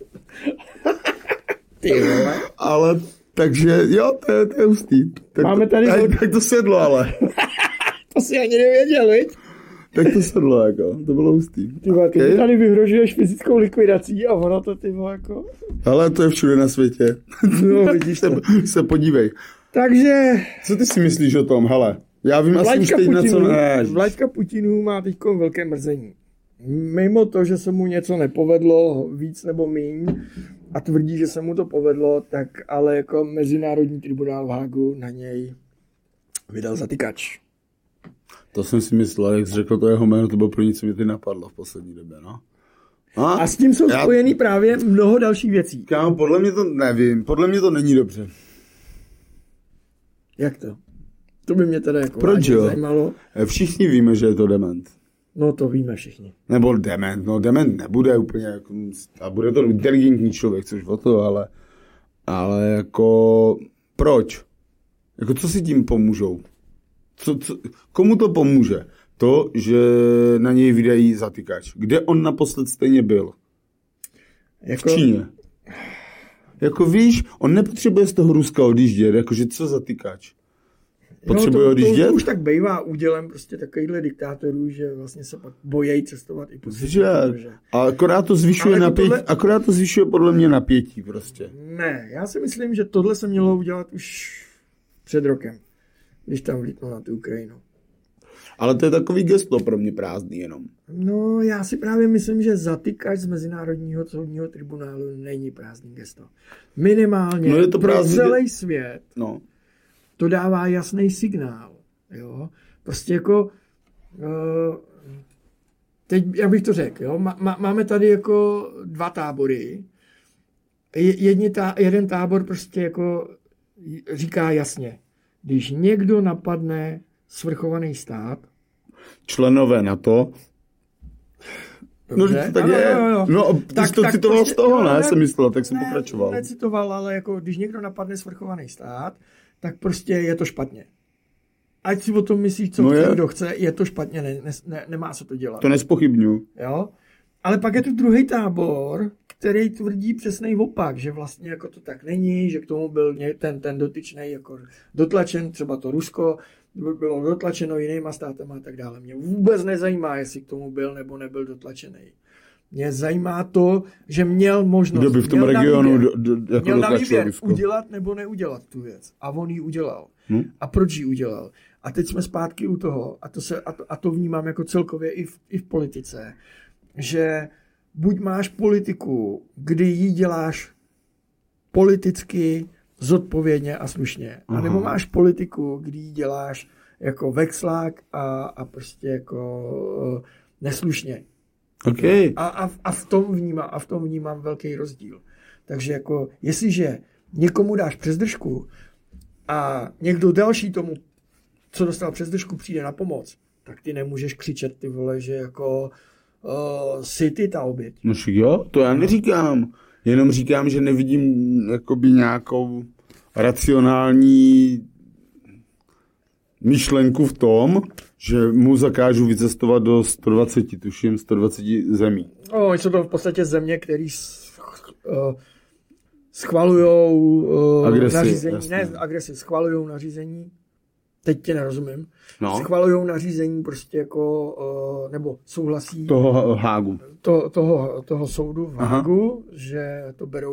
Ty vole. Ale, takže, jo, to je hustý. Máme tady... Tak to sedlo, ale. To si ani nevěděl, viď? Tak to sedlo, jako, to bylo hustý. Ty vole, ty tady vyhrožuješ fyzickou likvidací a ono to, ty vole, jako... Ale to je všude na světě. No, vidíš to. Se podívej. Takže... Co ty si myslíš o tom, hele? Já vím asi už teď na co než. Vlaďka Putinu má teď velké mrzení. Mimo to, že se mu něco nepovedlo víc nebo míň a tvrdí, že se mu to povedlo, tak ale jako Mezinárodní tribunál v Hágu na něj vydal zatykač. To jsem si myslel, jak jsi řekl to jeho jméno, to bylo pro nic, co mě ty napadlo v poslední době, no. A s tím jsou spojený právě mnoho dalších věcí. Kámo, podle mě to nevím, podle mě to není dobře. Jak to? To by mě teda jako zajímalo. Všichni víme, že je to dement. No to víme všichni. Nebo dement nebude úplně, jako, a bude to inteligentní člověk, což o to, ale jako, proč? Jako, co si tím pomůžou? Komu to pomůže? To, že na něj vydají zatykač. Kde on naposled stejně byl? Jako... V Číně. Jako víš, on nepotřebuje z toho Ruska odjíždět, jakože co zatykač? Potřebuje odjíždět? To už tak bývá údělem prostě takovýchhle diktátorů, že vlastně se pak bojejí cestovat i po světě. A akorát to zvyšuje napětí, akorát to zvyšuje podle mě napětí prostě. Ne, já si myslím, že tohle se mělo udělat už před rokem, když tam vlítnul na tu Ukrajinu. Ale to je takový gesto pro mě prázdný jenom. No, já si právě myslím, že zatykač z Mezinárodního soudního tribunálu není prázdný gesto. Minimálně je to pro celý svět. No. To dává jasný signál. Jo? Prostě jako teď, jak bych to řekl, jo? Máme tady jako dva tábory. Jeden tábor prostě jako říká jasně, když někdo napadne svrchovaný stát, členové NATO. Dobře. No, tak je. No, tak to citoval prostě, z toho, ne? Jsem myslel, tak jsem pokračoval. Necitoval, ale jako když někdo napadne svrchovaný stát, tak prostě je to špatně. Ať si o tom myslíš, co kdo chce, je to špatně, nemá se to dělat. To nezpochybňuju. Jo? Ale pak je tu druhý tábor, který tvrdí přesnej opak, že vlastně jako to tak není, že k tomu byl ten dotyčnej jako dotlačen, třeba to Rusko bylo dotlačeno jinýma státama a tak dále. Mě vůbec nezajímá, jestli k tomu byl nebo nebyl dotlačený. Mě zajímá to, že měl možnost. Kdo by v tom regionu měl na výběr udělat nebo neudělat tu věc. A on ji udělal. A proč ji udělal? A teď jsme zpátky u toho, a to vnímám jako celkově i v politice, že buď máš politiku, kdy ji děláš politicky, zodpovědně a slušně. A nebo máš politiku, kdy ji děláš jako vexlák a prostě jako neslušně. Okay. A v tom vnímám velký rozdíl. Takže jako, jestliže někomu dáš přes držku a někdo další tomu, co dostal přes držku, přijde na pomoc, tak ty nemůžeš křičet, ty vole, že jako si ty ta oběť. No jo, to já neříkám. Jenom říkám, že nevidím jakoby nějakou racionální myšlenku v tom, že mu zakážu vycestovat do 120 zemí. Jsou to v podstatě země, které schvalujou nařízení. Jasný. Ne agresi, schvalujou nařízení. Teď tě nerozumím. No. Schvalujou nařízení prostě jako, nebo souhlasí toho Hágu. Toho soudu v Hágu, že to berou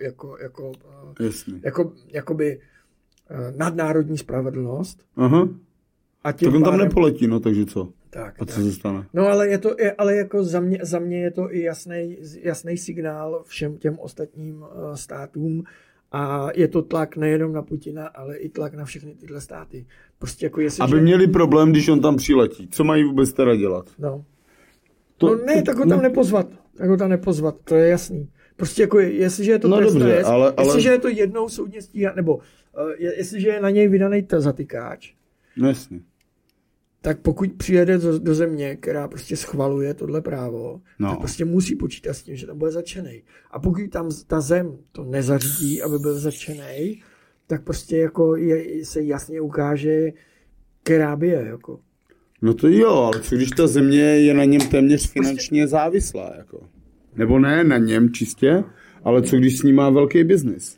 jakoby nadnárodní spravedlnost. Aha. Tak on tam nepoletí, no takže co? Tak, a co se stane? No ale jako za mě je to i jasný signál všem těm ostatním státům a je to tlak nejenom na Putina, ale i tlak na všechny tyhle státy. Prostě jako aby měli problém, když on tam přiletí. Co mají vůbec teda dělat? No. Tak ho tam nepozvat. To je jasný. Prostě jako jestliže je to trestné, jestliže je to jednou soudně stíhaný, nebo jestliže je na něj vydaný zatykáč, no jasně. tak pokud přijede do země, která prostě schvaluje tohle právo, tak prostě musí počítat s tím, že tam bude zatčenej. A pokud tam ta zem to nezařídí, aby byl zatčenej, tak prostě jako se jasně ukáže, která by je, jako. No to jo, ale co když ta země je na něm téměř finančně závislá, jako. Nebo ne na něm čistě, ale co když s ním má velký biznis?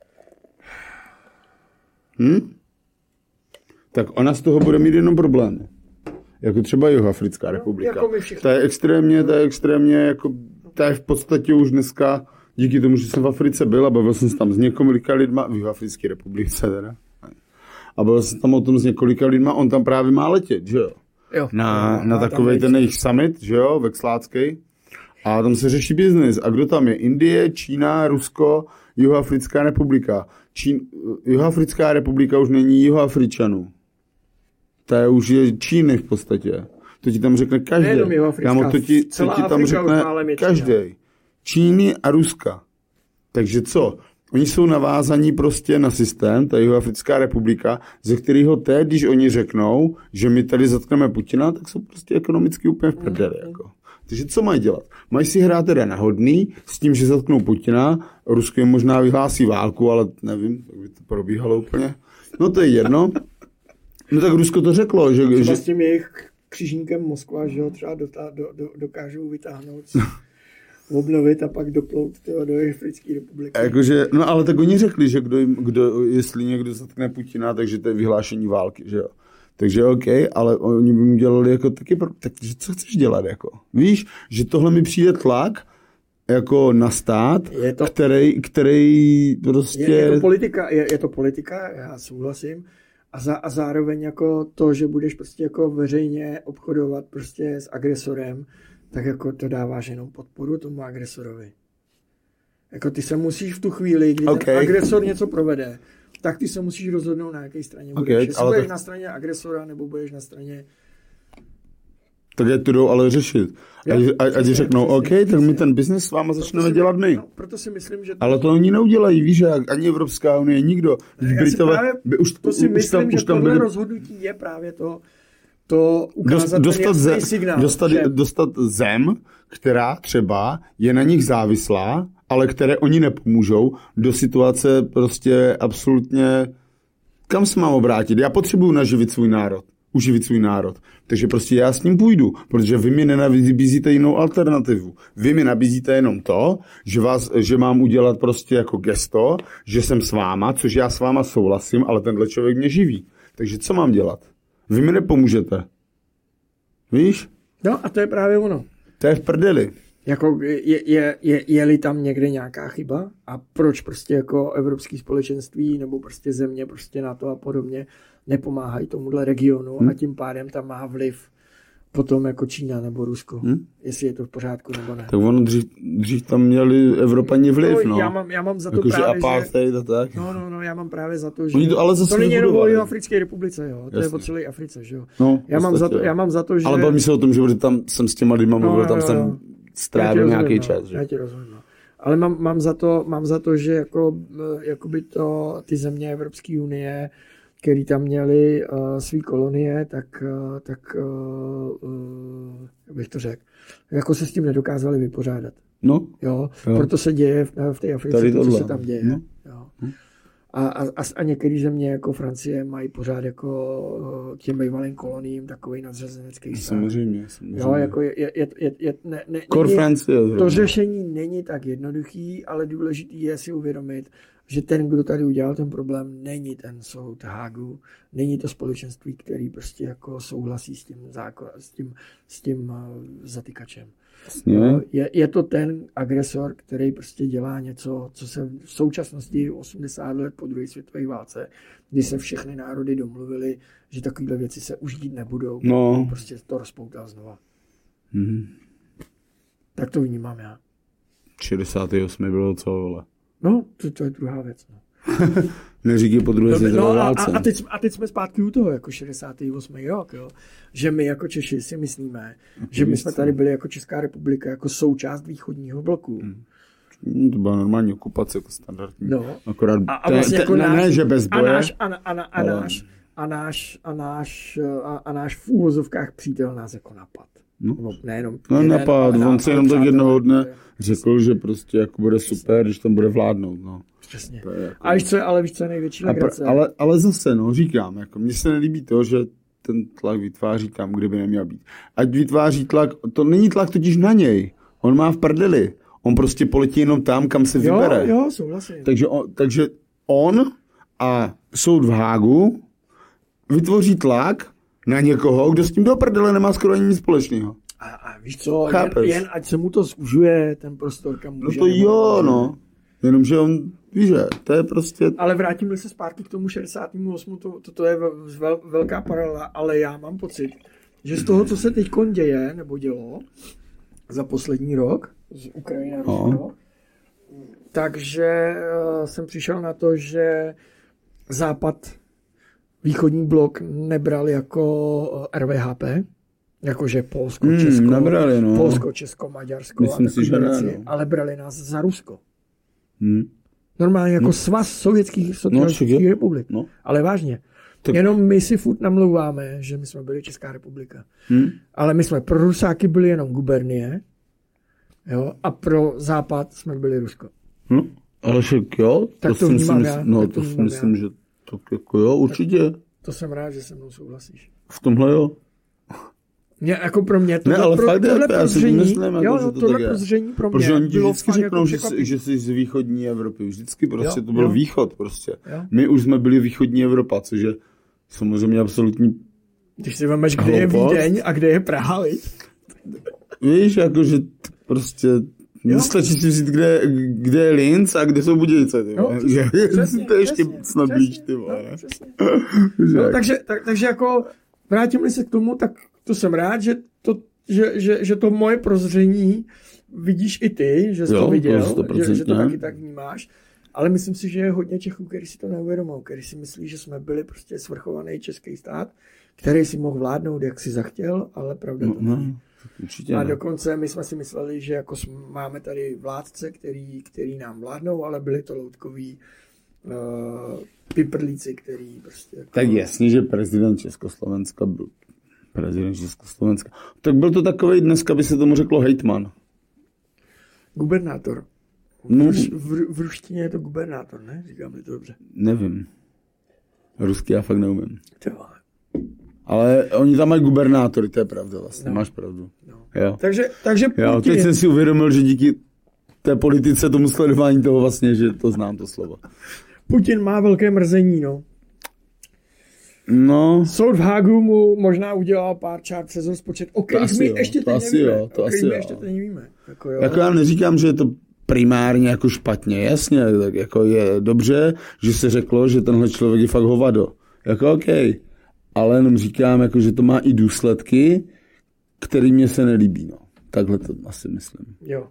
Tak ona z toho bude mít jenom problémy. Jako třeba Jihoafrická republika. Jako ta je extrémně, jako, ta je v podstatě už dneska, díky tomu, že jsem v Africe byl a bavil jsem se tam s několika lidma, v Jihoafrické republice teda, a bavil jsem tam o tom s několika lidma, on tam právě má letět, že jo? Na takovej ten jejich summit, že jo, vexlácký. A tam se řeší biznis. A kdo tam je? Indie, Čína, Rusko, Jihoafrická republika. Jihoafrická republika už není Jihoafričanů. Ta už je Číny v podstatě. To ti tam řekne každý. To ti tam řekne každý. Číny a Ruska. Takže co? Oni jsou navázaní prostě na systém, ta Jihoafrická republika, ze kterého teď, když oni řeknou, že my tady zatkneme Putina, tak jsou prostě ekonomicky úplně v prdeli. Jako. Takže co mají dělat? Mají si hrát teda na hodný, s tím, že zatknou Putina, Rusko jim možná vyhlásí válku, ale nevím, tak by to probíhalo úplně. No to je jedno. No tak Rusko to řeklo, že s tím jejich křižníkem Moskva, že ho třeba dokážou vytáhnout, obnovit a pak doplout do Jihoafrické republiky. Jakože, no ale tak oni řekli, že kdo, jestli někdo zatkne Putina, takže to je vyhlášení války, že jo. Takže OK, ale oni by mu dělali jako taky, takže co chceš dělat, jako? Víš, že tohle mi přijde tlak jako na stát, který prostě... Je to politika, já souhlasím, a zároveň jako to, že budeš prostě jako veřejně obchodovat prostě s agresorem, tak jako to dáváš jenom podporu tomu agresorovi. Jako ty se musíš v tu chvíli, kdy ten agresor něco provede, tak ty se musíš rozhodnout, na jaké straně budeš. Jestli budeš na straně agresora, nebo budeš na straně... Tak je to jdou ale řešit. Ať řeknou, OK, tak my ten biznes s váma začneme dělat my. No, proto si myslím, že... Ale to oni neudělají, víš, ani Evropská unie, nikdo. Už tohle rozhodnutí je právě to ukázat ten signál. Dostat zem, která třeba je na nich závislá, ale které oni nepomůžou, do situace prostě absolutně... Kam se mám obrátit? Já potřebuju uživit svůj národ. Takže prostě já s ním půjdu, protože vy mi nenabízíte jinou alternativu. Vy mi nabízíte jenom to, že mám udělat prostě jako gesto, že jsem s váma, což já s váma souhlasím, ale tenhle člověk mě živí. Takže co mám dělat? Vy mi nepomůžete. Víš? No a to je právě ono. To je v prdeli. Jako je-li tam někde nějaká chyba a proč prostě jako evropské společenství nebo prostě země prostě NATO a podobně nepomáhají tomuhle regionu a tím pádem tam má vliv potom jako Čína nebo Rusko. Jestli je to v pořádku nebo ne. Tak ono dřív tam měli Evropani vliv, no. Já mám za to jako právě, apartheid a tak. No, já mám právě za to, že... To není jenom o Jihoafrické republice, jo. To je o celé Africe, že jo. No, já mám za to, že... Ale bavím se o tom, že tam jsem s těma lidma mluvil, tam jsem strávil nějaký čas, že? Já ti rozumím, no. Ale mám za to, že jakoby ty země Evropské unie, který tam měli svý kolonie, tak jak bych to řekl, jako se s tím nedokázali vypořádat. No. Jo. Proto se děje v té Africe to, co se tam děje. No. Jo. A některé země jako Francie mají pořád jako těm bývalým koloniím takový nadřazenecký stát. Samozřejmě. Jo, jako Francie. To řešení není tak jednoduchý, ale důležitý je si uvědomit, že ten, kdo tady udělal ten problém, není ten soud Hágu, není to společenství, který prostě jako souhlasí s tím zatykačem. Je to ten agresor, který prostě dělá něco, co se v současnosti 80 let po druhé světové válce, kdy se všechny národy domluvili, že takovéhle věci se už dít nebudou, prostě to rozpoutal znova. Tak to vnímám já. 68 bylo co, vole. No, to je druhá věc. No. Neříkej po druhé světové válce. A teď jsme zpátky u toho, jako 68. rok, jo. Že my jako Češi si myslíme, že my jsme tady byli jako Česká republika, jako součást východního bloku. To byla normální okupace, jako standardní. No. Akorát a vlastně jako ne, že bez boje. a náš v úvozovkách přítel nás jako napad. Nejenom napad, on se jenom tak jednoho dne řekl, že prostě jako bude super, když tam bude vládnout. No. Přesně. A víš, co je největší legrace? Ale zase, říkám, jako mně se nelíbí to, že ten tlak vytváří tam, kde by neměl být. Ať vytváří tlak, to není tlak totiž na něj. On má v prdeli. On prostě poletí jenom tam, kam se vybere. Jo, souhlasím. Takže on a soud v Hágu vytvoří tlak na někoho, kdo s tím do prdele nemá skoro ani nic společného. A víš co, jen ať se mu to zužuje, ten prostor, kam může. No to jo, no. Jenomže on, víš, že to je prostě... Ale vrátím se zpátky k tomu 68. To je velká paralela, ale já mám pocit, že z toho, co se teď děje, nebo dělo, za poslední rok, z Ukrajiny, takže jsem přišel na to, že Západ, východní blok nebral jako RVHP, jakože Polsko, Česko, nebrali, no. Polsko, Česko, Maďarsko, myslím si, že ne, no. Ale brali nás za Rusko. Normálně jako svaz sovětských socialistických republik. No. Ale vážně. Tak... Jenom my si furt namlouváme, že my jsme byli Česká republika. Ale my jsme pro Rusáky byli jenom gubernie, jo, a pro Západ jsme byli Rusko. Ale však jo. Tak to vnímám já. No to si myslím, že to jako jo, určitě. To jsem rád, že se mnou souhlasíš. V tomhle jo. Jako pro mě tohle, ale fakt já si myslím, jo, že to tohle prozření pro mě. Protože oni vždycky řeknou, že jsi z východní Evropy. Vždycky prostě to byl východ prostě. Jo. My už jsme byli východní Evropa, což je samozřejmě absolutní. Když si vemeš, kde je Vídeň a kde je Praha, víš, jakože prostě stačí si vzít, kde je Linz a kde jsou Budějice. Přesně, to je ještě snad blíž, ty vole. Takže jako vrátím-li se k tomu, tak to jsem rád, že to moje prozření vidíš i ty, že jsi to viděl, že to taky tak vnímáš. Ale myslím si, že je hodně Čechů, kteří si to neuvědomují, kteří si myslí, že jsme byli prostě svrchovaný český stát, který si mohl vládnout, jak si zachtěl, ale pravda to není. A dokonce my jsme si mysleli, že jako máme tady vládce, který nám vládnou, ale byli to loutkoví piprlíci, který prostě... Jako... Tak jasně, že prezident Československa. Tak byl to takovej, dneska by se tomu řeklo hejtman. Gubernátor. V ruštině je to gubernátor, ne? Říkám-li to dobře. Nevím. Rusky já fakt neumím. Ale oni tam mají gubernátory, to je pravda vlastně, máš pravdu. No. Jo. Takže Putin... Jo, teď jsem si uvědomil, že díky té politice, tomu sledování toho vlastně, že to znám to slovo. Putin má velké mrzení, no. No. Soud v Hágu mu možná udělal pár čár přes rozpočet, o kterých my ještě teď nevíme. Jako já neříkám, že je to primárně jako špatně, jasně, tak jako je dobře, že se řeklo, že tenhle člověk je fakt hovado. Jako okej. Ale jenom říkám, jako, že to má i důsledky, které mě se nelíbí. No. Takhle to asi myslím. Jo.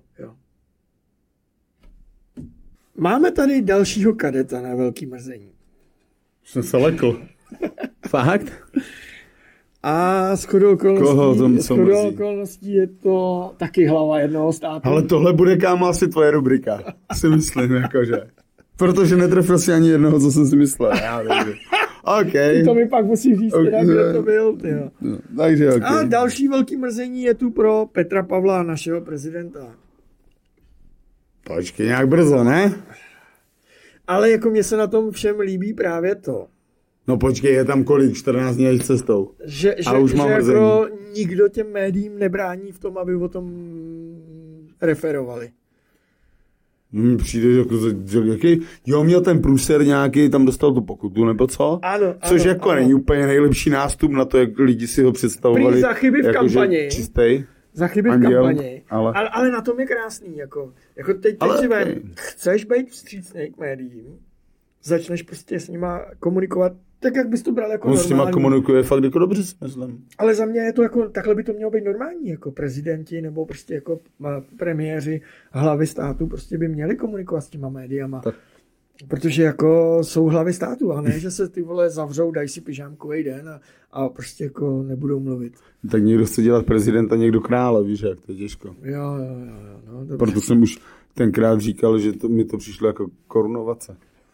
Máme tady dalšího kadeta na velký mrzení. Jsem se lekl. Fakt? A shodou okolností je to taky hlava jednoho státu. Ale tohle bude, kámo, asi tvoje rubrika. Si myslím, jakože. Protože netrefil si ani jednoho, co jsem si myslel. Já nevím. Okay. To mi pak musí říct, kde to byl. No, takže okay. A další velký mrzení je tu pro Petra Pavla, našeho prezidenta. Počkej, nějak brzo, ne? Ale jako mně se na tom všem líbí právě to. No počkej, je tam kolik? 14 dní cestou. Že jako nikdo těm médiím nebrání v tom, aby o tom referovali. Přijde, jaký... Jo, měl ten průser nějaký, tam dostal tu pokutu, nebo co? Ano. Což jako není úplně nejlepší nástup na to, jak lidi si ho představovali. Prý za chyby v kampani. Čistej. Za chyby v kampani. Ale na tom je krásný. Jako teď si vem, chceš být vstřícnej k médiím, začneš prostě s nima komunikovat tak, jak bys to bral jako normální. On s nima komunikuje fakt jako dobře, myslím. Ale za mě je to jako, takhle by to mělo být normální, jako prezidenti nebo prostě jako premiéři, hlavy státu prostě by měli komunikovat s těma médiama. Tak. Protože jako jsou hlavy státu, a ne, že se ty vole zavřou, dají si pyžámkovej den a prostě jako nebudou mluvit. Tak někdo chce dělat prezidenta, někdo krále, víš, jak to je těžko. Jo, no, proto jsem už tenkrát říkal, že mi to přišlo jako korunovace.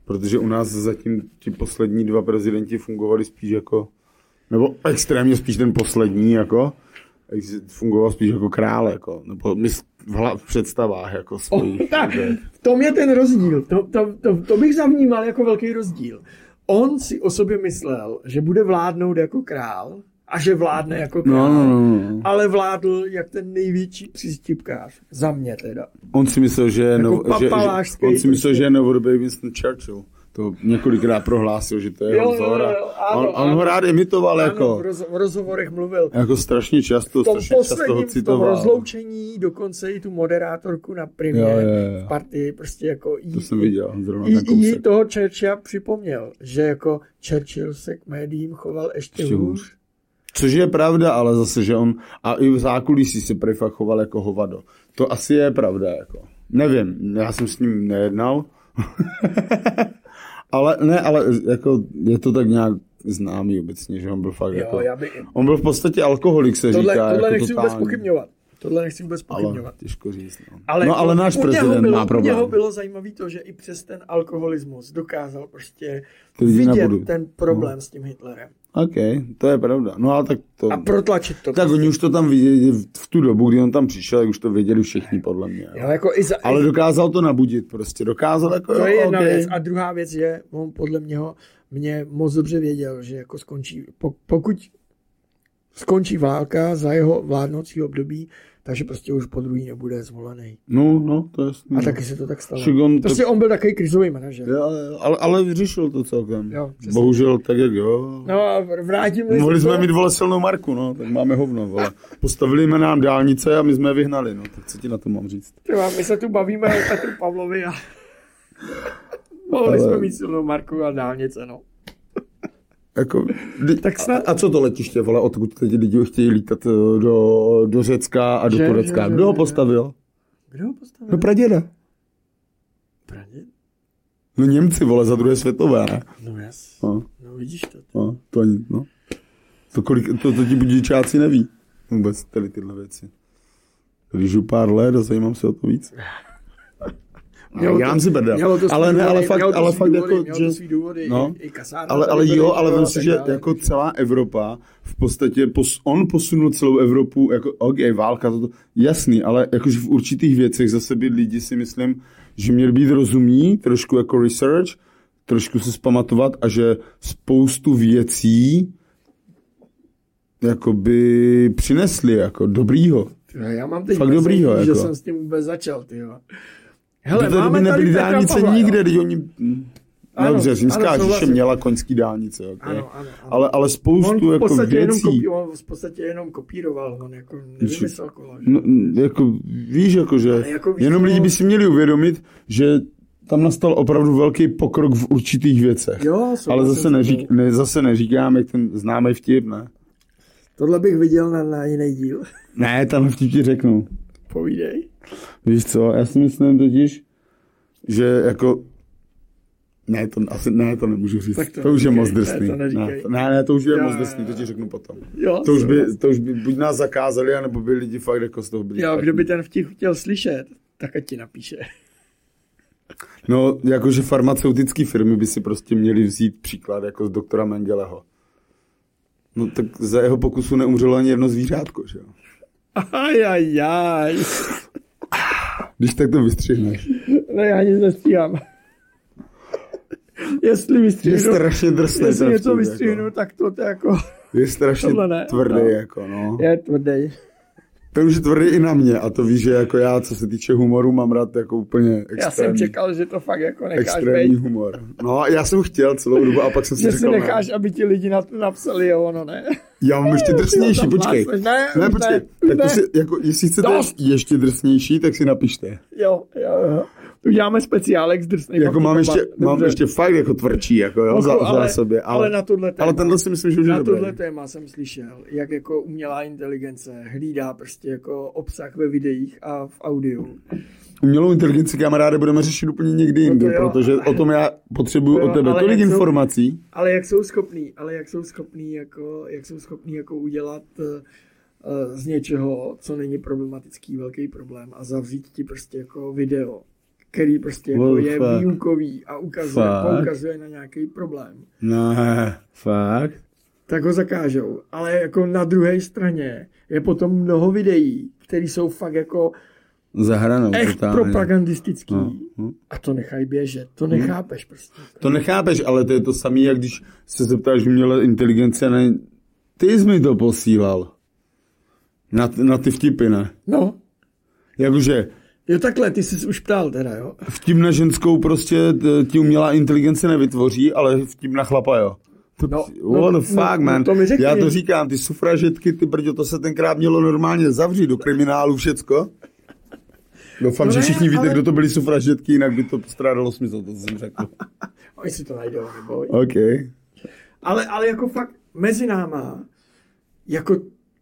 Protože u nás zatím ti poslední 2 prezidenti fungovali spíš jako, nebo extrémně spíš ten poslední, jako, fungoval spíš jako král, jako, nebo v představách, jako svojich. Tak, v tom je ten rozdíl. To bych zavnímal jako velký rozdíl. On si o sobě myslel, že bude vládnout jako král a že vládne jako král, no. Ale vládl jak ten největší přístupkář. Za mě teda. On si myslel, že je novodobý Winston Churchill. To několikrát prohlásil, že to je jeho vzor. On ho rád imitoval. Ano, jako, v rozhovorech mluvil. Jako strašně často ho citoval. V tom rozloučení dokonce i tu moderátorku na Primě v partii prostě jako to jsem viděl. Jí toho Churchilla připomněl, že jako Churchill se k médiím choval ještě hůř. Což je pravda, ale zase, že on a i v zákulisí se prý fakt choval jako hovado. To asi je pravda, jako. Nevím, já jsem s ním nejednal. ale jako je to tak nějak známý obecně, že on byl fakt on byl v podstatě alkoholik, se říká. Tohle nechci vůbec pochybňovat. Ale těžko říct. No. Ale náš prezident má problém. U něho bylo zajímavé to, že i přes ten alkoholismus dokázal prostě vidět ten problém s tím Hitlerem. OK, to je pravda. No ale tak to... A protlačit to. Tak oni už to tam viděli v tu dobu, kdy on tam přišel, už to věděli všichni, podle mě. Jo, jako ale dokázal to nabudit prostě. Dokázal jako... To je jedna věc. A druhá věc je, on podle mě moc dobře věděl, že jako skončí, pokud skončí válka za jeho vládnoucího období, takže prostě už po druhý nebude zvolený. No, to je jasný. A taky se to tak stalo. On byl takový krizový manažer. Ale vyřešil to celkem. Bohužel tak, jak jo. No a mohli jsme mít, vole, silnou marku, no, tak máme hovno, vole. Postavili jsme nám dálnice a my jsme je vyhnali, no, tak co ti na to mám říct? Třeba my se tu bavíme o Petru Pavlovi a mohli jsme mít silnou marku a dálnice, no. Jako, a co to letiště, vole, odkud teď lidi chtějí lítat do Řecka a do Turecka? Kdo ho postavil? No praděda. Praděd? No Němci, vole, za druhé světové, ne? No jas. No vidíš to. To ti budičáci neví. Vůbec tady tyhle věci. Když žiju pár let a zajímám se o to víc. Já si brdel. Ale fakt jako, že... Ale vím si, že jako celá Evropa v podstatě, on posunul celou Evropu, jako válka, to jasný, ale jakože v určitých věcech zase by lidi si myslím, že měli být rozumní, trošku jako research, trošku se zpamatovat a že spoustu věcí jakoby přinesli jako dobrýho. Já mám teď fakt dobrýho, že jako. Jsem s tím vůbec začal, tyjo. Hele, máme tady nebyly dálnice nikde, když oni... Dobře, římská říše měla koňský dálnice, okay. Ano. Ale spoustu jako věcí... On v podstatě jenom kopíroval, on jako nevymyslel kola. No, jako, víš, jako, že jenom lidi by si měli uvědomit, že tam nastal opravdu velký pokrok v určitých věcech. Jo, ale zase neříkám, jak ten známý vtip, ne? Tohle bych viděl na jiný díl. Ne, tam vtip ti řeknu. Povídej. Víš co, já si myslím totiž, že jako... to nemůžu říct. To už je moc drsný. To už je moc drsný, to ti řeknu potom. Jo, to už by buď nás zakázali, anebo by lidi fakt jako z toho byli. Jo, kdo by ten vtip chtěl slyšet, tak ať ti napíše. No, jakože farmaceutické firmy by si prostě měly vzít příklad jako z doktora Mengeleho. No tak za jeho pokusu neumřelo ani jedno zvířátko, že jo? Ajajaj. Když tak to vystřihneš. No já nic nestříhám. Jestli vystřihnu... Je strašně drsný. Jestli něco vystřihnu, jako. Tak to jako... Je strašně tvrdý, jako no. Je tvrdý. To už je tvrdý i na mě a to víš, že jako já, co se týče humoru, mám rád jako úplně extrémní. Já jsem čekal, že to fakt jako necháš extrémní bejt. Humor. No já jsem chtěl celou dobu a pak jsem si že řekl, si necháš, aby ti lidi napsali, jo, ono ne. Já mám ještě drsnější, počkej. Ne, počkej. Tak to si, jako, jestli chcete ještě drsnější, tak si napište. Jo. Uděláme speciálek s drsnej. Jako mám ještě fakt jako tvrdší, jako jo, za sobě. Ale na tohle téma. Ale tenhle si myslím, že už je dobrý. Na tohle téma jsem slyšel, jak jako umělá inteligence hlídá prostě jako obsah ve videích a v audiu. Umělou inteligenci, kamaráde, budeme řešit úplně někdy jinde, protože o tom já potřebuju od tebe tolik informací. Ale jak jsou schopní jako udělat z něčeho, co není problematický, velký problém a zavřít ti prostě jako video, který prostě jako je výukový a poukazuje na nějaký problém. Ne, fakt? Tak ho zakážou. Ale jako na druhé straně je potom mnoho videí, které jsou fakt jako zahranou, echt propagandistický. A to nechají běžet. To nechápeš prostě. To nechápeš, ale to je to samé, jak když se zeptáš, že měla inteligence, ne? Ty jsi mi to posílal. Na ty vtipy, ne? No. Jakože... Jo, takhle, ty jsi už ptal teda, jo? Vtip na ženskou prostě ti umělá inteligence nevytvoří, ale vtip na chlapa, jo. What the fuck, man. Já to říkám, ty sufražetky, ty brďo, to se tenkrát mělo normálně zavřít do kriminálu všecko. Doufám, že všichni víte, kdo to byli sufražetky, jinak by to postrádalo smysl, to jsem řekl. Oni si to najdou, neboj. OK. Ale jako fakt mezi náma, jako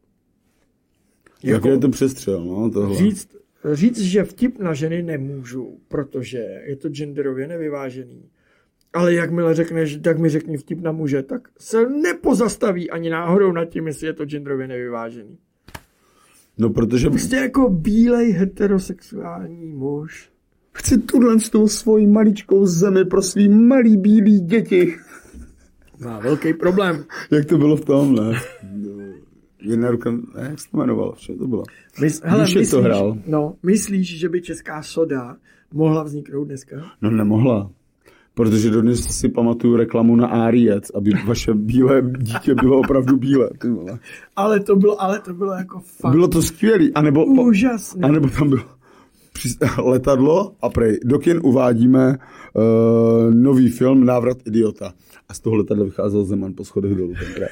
je to přestřel, no, tohle. Říct, že vtip na ženy nemůžu, protože je to genderově nevyvážený. Ale jakmile řekneš, tak mi řekni vtip na muže, tak se nepozastaví ani náhodou nad tím, jestli je to genderově nevyvážený. No, protože... Prostě jako bílej heterosexuální muž. Chci tuhle s tou svojí maličkou zemi pro svý malý bílý děti. Má velký problém. Jak to bylo v tomhle? Jedna ruka, jak se to jmenovalo? Vše to bylo? Myslíš, to hrál. No, myslíš, že by česká soda mohla vzniknout dneska? No, nemohla. Protože dodnes si pamatuju reklamu na Ariec, aby vaše bílé dítě bylo opravdu bílé. Ale to bylo jako fakt. Bylo to skvělý. Úžasné. A nebo tam bylo letadlo a prej, do kin uvádíme nový film Návrat idiota. A z toho letadla vycházel Zeman po schodech dolů tenkrát.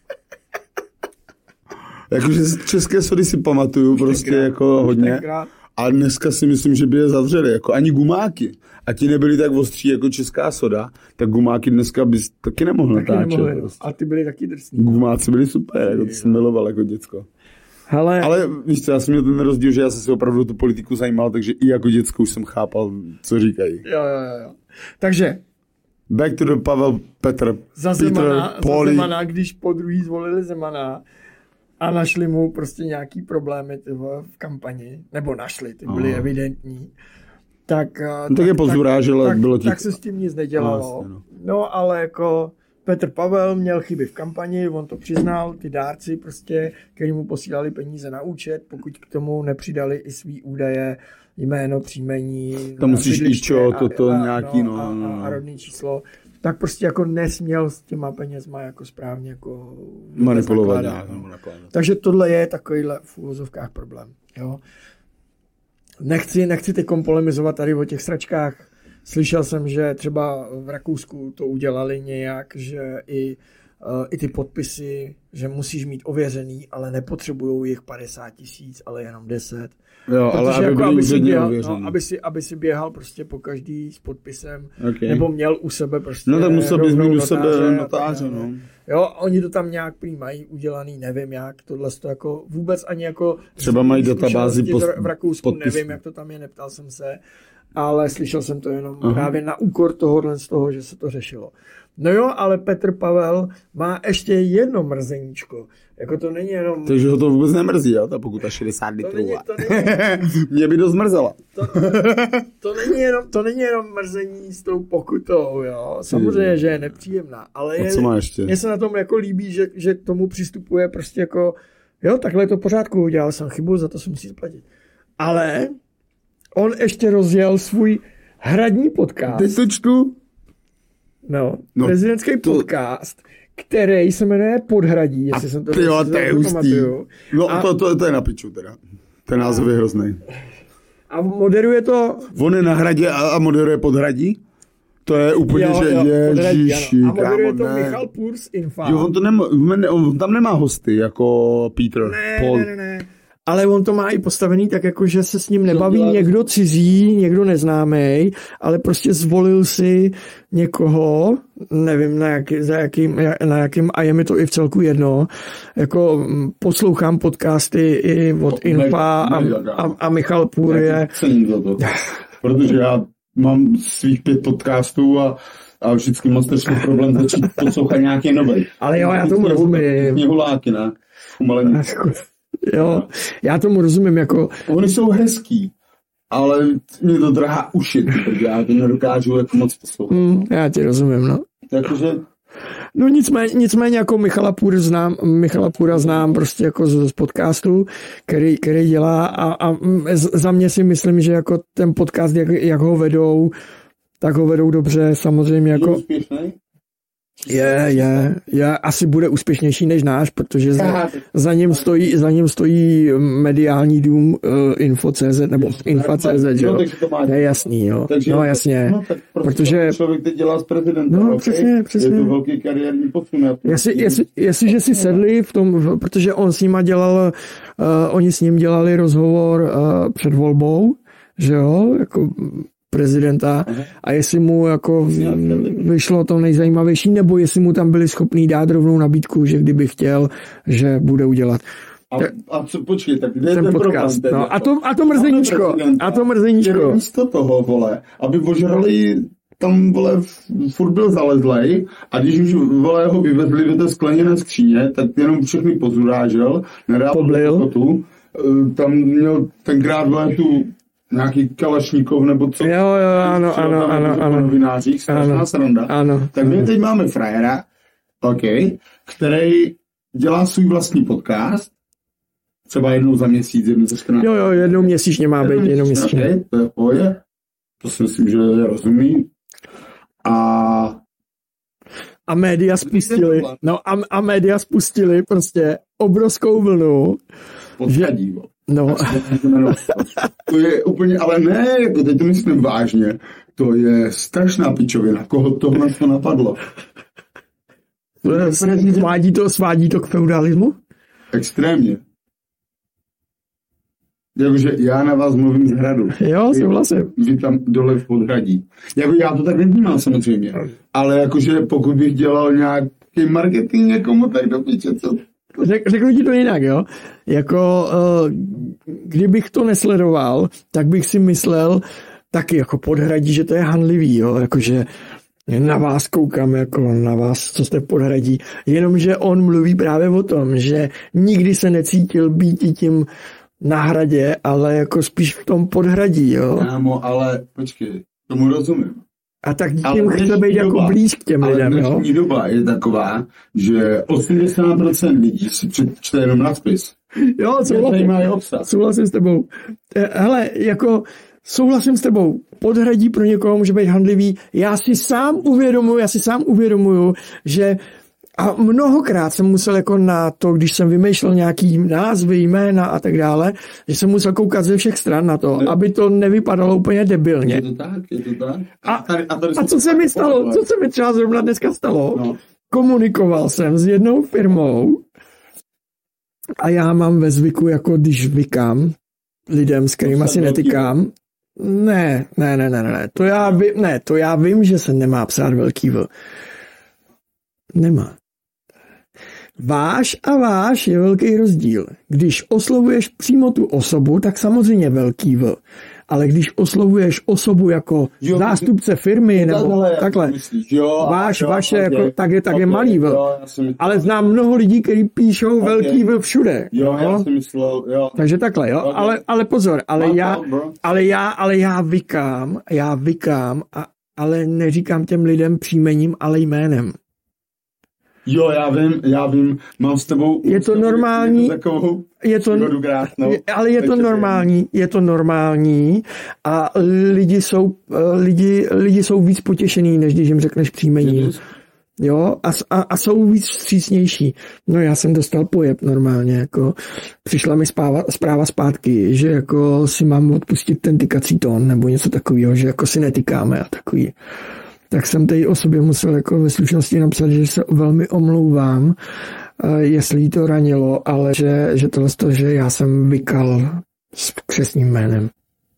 Jakože z české sody si pamatuju prostě jako hodně. A dneska si myslím, že by je zavřeli. Jako ani gumáky. A ti nebyli tak ostří jako česká soda, tak gumáky dneska bys taky nemohl natáčet. Prostě. A ty byli taky drsný. Gumáci byli super, jako to jsem miloval jako děcko. Hele. Ale víš co, já jsem měl ten rozdíl, že já jsem si opravdu tu politiku zajímal, takže i jako děcko už jsem chápal, co říkají. Jo. Takže. Back to the Pavel Petr. Za Zemana, když po druhý zvolili Zemana a našli mu prostě nějaký problémy v kampani, nebo našli, ty byly evidentní. Tak je pozurážilo, bylo tak se s tím nic nedělalo. No, ale jako Petr Pavel měl chyby v kampani, on to přiznal, ty dárci prostě, který mu posílali peníze na účet, pokud k tomu nepřidali i svý údaje, jméno, příjmení, tam musíš ičo, toto nějaký, a rodný číslo, tak prostě jako nesměl s těma penězma jako správně jako manipulovat. Takže tohle je takovýhle v úvozovkách problém, jo. Nechci teď polemizovat tady o těch sračkách. Slyšel jsem, že třeba v Rakousku to udělali nějak, že i ty podpisy, že musíš mít ověřený, ale nepotřebujou jich 50 000, ale jenom 10. Jo, ale aby si běhal prostě po každý s podpisem, nebo měl u sebe prostě. No tak musel bys mít u sebe notáře, no. Jo, oni to tam nějak prý mají udělaný, nevím jak, tohle to jako vůbec ani jako... Třeba mají databázi v Rakousku, nevím, jak to tam je, neptal jsem se, ale slyšel jsem to jenom právě na úkor tohohle z toho, že se to řešilo. No jo, ale Petr Pavel má ještě jedno mrzeníčko. Jako to není jenom... Takže ho to vůbec nemrzí, jo? Ta pokuta 60 litrů. Mě by dost mrzela. To není jenom mrzení s tou pokutou, jo. Samozřejmě, že je nepříjemná, ale mně se na tom jako líbí, že k tomu přistupuje prostě jako, jo, takhle je to v pořádku, udělal jsem chybu, za to se musí zaplatit. Ale on ještě rozjel svůj hradní podcast. Teď to čtu. No, prezidentský podcast, který se jmenuje Podhradí, jestli jsem to pamatuju. No, to je na piču teda. Ten název je hrozný. A moderuje to... On je na hradě a moderuje Podhradí? To je úplně, ježiši. A moderuje to Michal Purs Info. Jo, on tam nemá hosty, jako Peter. Ne. Ale on to má i postavený tak, jako, že se s ním nebaví někdo cizí, někdo neznámý, ale prostě zvolil si někoho, nevím na jakým, a je mi to i v celku jedno, jako poslouchám podcasty i od Infa a Michal Půr je... Protože já mám svých 5 podcastů a vždycky moc trošku problém začít poslouchat nějaký nový. Ale jo, já tomu rozumím. Knihuláky, ne? Jo, já tomu rozumím, jako... Oni jsou hezký. ale mě to drhá uši, protože já to nedokážu jako moc poslouchat. Já ti rozumím, no. Takže... No nicméně jako Michala Půra znám prostě jako z podcastu, který dělá a za mě si myslím, že jako ten podcast, jak ho vedou, tak ho vedou dobře, samozřejmě jako... Je úspěšný? Je, asi bude úspěšnější než náš, protože za ním stojí mediální dům Info.cz nebo Info.cz, jo. To je jasný, jo. Takže, no jasně, no, tak protože člověk teď dělá s prezidentem. No, okay? přesně. Je to velký kariérní posun. Jestliže si sedli v tom, protože oni s ním dělali rozhovor před volbou, že jo, jako prezidenta, a jestli mu jako vyšlo to nejzajímavější, nebo jestli mu tam byli schopní dát rovnou nabídku, že kdyby chtěl, že bude udělat. A co, počkej, tak kde je ten podcast? No, a to mrzeníčko. Místo toho, vole, aby ožrali tam, vole, furt byl zalezlej a když už, vole, ho vyvezli do té skleněné skříně, tak jenom všechny pozurážel, poblil. Tam měl tenkrát, vole, tu nějaký Kalašníkov, nebo co? Jo, ano. Po novinářích, strašná sranda. Ano. Tak my teď máme frajera, který dělá svůj vlastní podcast, třeba jednou za měsíc, jednou za 14. Jo, jednou měsíčně má být, jednou měsíčně. Okay, to je v pohodě. To si myslím, že je rozumný. A média spustili prostě obrovskou vlnu. Podkadí, no. To je úplně, ale ne, jako teď to myslím vážně. To je strašná pičovina. Koho tohle to napadlo? Svádí to k feudalismu? Extrémně. Jakože já na vás mluvím z hradu. Jo, souhlasím. Vy tam dole v podhradí. Jako já to tak nevnímám samozřejmě. Ale jakože pokud bych dělal nějaký marketing někomu, tak do piče, co? Řeknu ti to jinak, jo. Jako, kdybych to nesledoval, tak bych si myslel taky jako podhradí, že to je hanlivý, jo. Jakože na vás koukám, jako na vás, co jste podhradí. Jenomže on mluví právě o tom, že nikdy se necítil být tím na hradě, ale jako spíš v tom podhradí, jo. Kámo, ale počkej, tomu rozumím. A tak tím chce být jako blíž k těm lidem, jo. Ale dnešní doba je taková, že 80% lidí si přečte jenom nadpis. Jo, souhlasím s tebou. Hele, jako souhlasím s tebou. Podhradí pro někoho může být handlivý. Já si sám uvědomuju, že a mnohokrát jsem musel jako na to, když jsem vymýšlel nějaký názvy, jména a tak dále, že jsem musel koukat ze všech stran na to, aby to nevypadalo úplně debilně. Je to tak. A co se mi stalo? Co se mi třeba zrovna dneska stalo? No. Komunikoval jsem s jednou firmou a já mám ve zvyku, jako když vykám lidem, s kterými si netykám. Ne. To já vím, že se nemá psát velký V. Nemá. Váš a váš je velký rozdíl. Když oslovuješ přímo tu osobu, tak samozřejmě velký V. Ale když oslovuješ osobu jako zástupce firmy, nebo takhle, vaše, jako, tak je malý V. Ale znám mnoho lidí, kteří píšou velký V všude. Já jsem myslel, Takže takhle, jo. Ale pozor, ale já vykám, ale neříkám těm lidem příjmením, ale jménem. Jo, já vím, mám s tebou... Je to normální, ale je to normální a lidi jsou víc potěšený, než když jim řekneš příjmení. Jo, a jsou víc vstřícnější. No já jsem dostal pojeb normálně, jako přišla mi zpráva zpátky, že jako si mám odpustit ten tykací tón, nebo něco takového, že jako si netykáme a takový. Tak jsem té osobě musel jako ve slušnosti napsat, že se velmi omlouvám, jestli jí to ranilo, ale že tohle, že já jsem vykal s křestním jménem.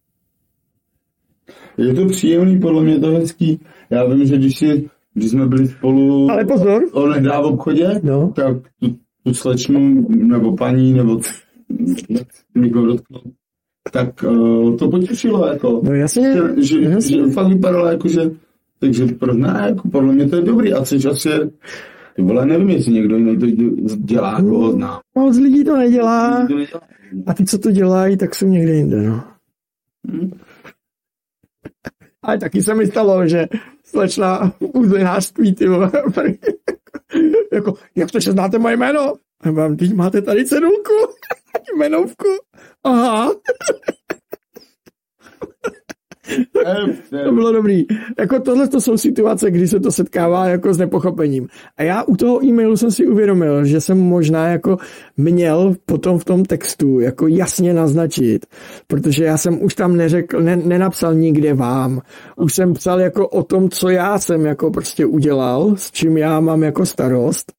Je to příjemný, podle mě to hezký. Já vím, že když jsme byli spolu ale pozor. v obchodě, tak tu slečnu, nebo paní, nebo někoho dotknout, tak to potěšilo, jako. No jasně. Že fakt vypadalo, jako, že takže jako podle mě to je dobrý. A což asi je, nevím, jestli někdo jiný to dělá, koho znám. Moc lidí to nedělá. A ty, co to dělají, tak jsou někde jinde, no. Ale taky se mi stalo, že slečna úzlinářství, ty vole, jako, jak to, že znáte moje jméno? Teď máte tady cedulku, jmenovku. Aha. To bylo dobrý. Jako tohle to jsou situace, kdy se to setkává jako s nepochopením. A já u toho e-mailu jsem si uvědomil, že jsem možná jako měl potom v tom textu jako jasně naznačit, protože já jsem už tam nenapsal nikde vám. Už jsem psal jako o tom, co já jsem jako prostě udělal, s čím já mám jako starost.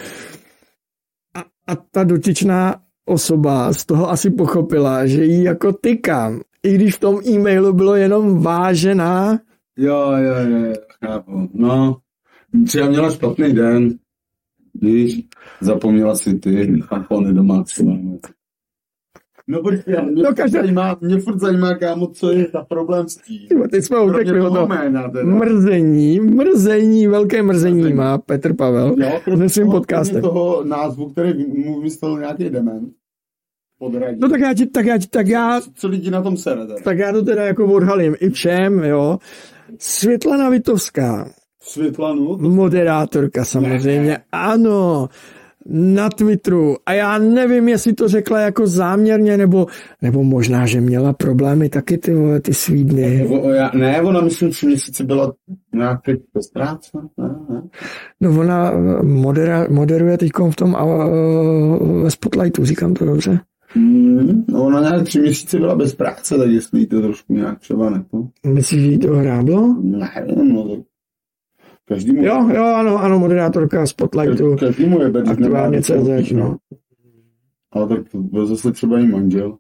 A ta dotyčná osoba z toho asi pochopila, že jí jako tykám. I když v tom e-mailu bylo jenom vážená. Jo, chápu. No, třeba měla špatný den, víš, zapomněla si ty tampony domácí. No počkej, mě furt zajímá, kámo, co je za problém s tím. Teď jsme utekli o to. Mrzení, velké mrzení má Petr Pavel se svým podcastem. Toho názvu, který mu vymyslel nějaký dement. Podradí. No tak já... Co lidi na tom sere? Tak já to teda jako odhalím i všem, jo. Světlana Vitovská. Světlanu? Moderátorka samozřejmě, ne. Ano. Na Twitteru. A já nevím, jestli to řekla jako záměrně, nebo možná, že měla problémy taky ty svý dny. Ne, ona myslím, 3 měsíce byla nějaký bez práce. Ne. No ona moderuje teďkom v tom ve Spotlightu, říkám to dobře? No ona nějak 3 měsíce byla bez práce, tak jestli jí to trošku nějak třeba nepo. Myslíš, že jí to hráblo? Ne, no každému... Jo, ano, moderátorka Spotlightu. Každému je bedřit aktuálně CZ, no. Ale tak to byl zase třeba i manžel.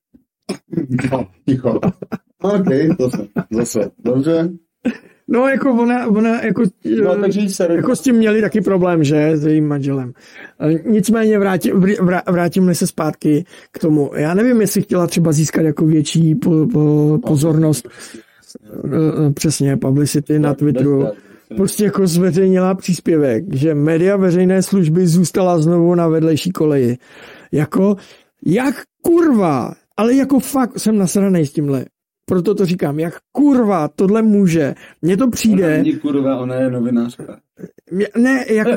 Ticho. OK, zase. Dobře. No, jako ona jako s tím měli taky problém, že, s jejím manželem. Nicméně vrátím se zpátky k tomu. Já nevím, jestli chtěla třeba získat jako větší pozornost, přesně, publicity na Twitteru. Prostě jako zveřejnila příspěvek, že média veřejné služby zůstala znovu na vedlejší koleji. Jako, jak kurva, ale jako fakt jsem nasranej s tímhle. Proto to říkám, jak kurva tohle může. Mně to přijde... Ona není kurva, ona je novinářka. Ne, jak...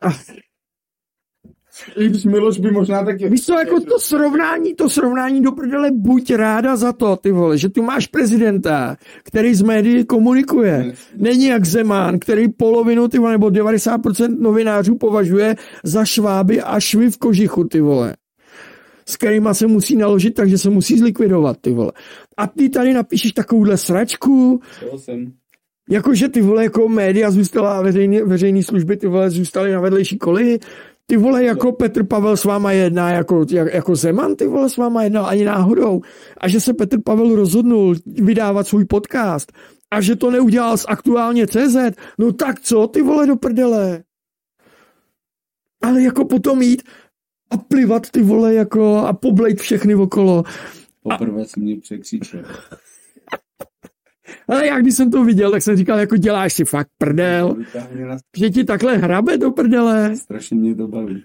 I když Miloš by možná taky... Víš co, jako to srovnání do prdele, buď ráda za to, ty vole, že tu máš prezidenta, který z médií komunikuje. Není jak Zeman, který polovinu, ty vole, nebo 90% novinářů považuje za šváby a švy v kožichu, ty vole. S kterýma se musí naložit, takže se musí zlikvidovat, ty vole. A ty tady napíšeš takovouhle sračku, jakože ty vole, jako média zůstala, veřejné služby, ty vole, zůstaly na vedlejší koleji. Ty vole, jako Petr Pavel s váma jedná, jako Zeman, ty vole, s váma jednal ani náhodou. A že se Petr Pavel rozhodnul vydávat svůj podcast a že to neudělal z Aktuálně CZ, no tak co, ty vole, do prdele. Ale jako potom jít a plivat, ty vole, jako a poblejt všechny okolo. Poprvé jsem mě překřičel. Ale já, když jsem to viděl, tak jsem říkal, jako děláš si fakt prdel, že ti takhle hrabe do prdele. Strašně mě to baví.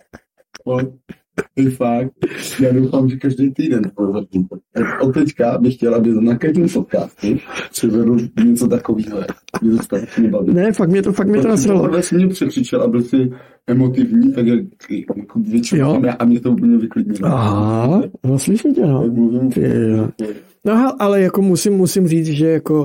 Ty fakt, já doufám, že každý týden od teďka bych chtěl, aby na každém podcastu přivedl něco takového. Mě to strašně baví. Ne, fakt mě to nasralo. Protože jsi mě překřičel a byl si emotivní, tak jako většinou a mě to úplně vyklidnilo. Aha, no slyším tě, no. No, ale jako musím říct, že jako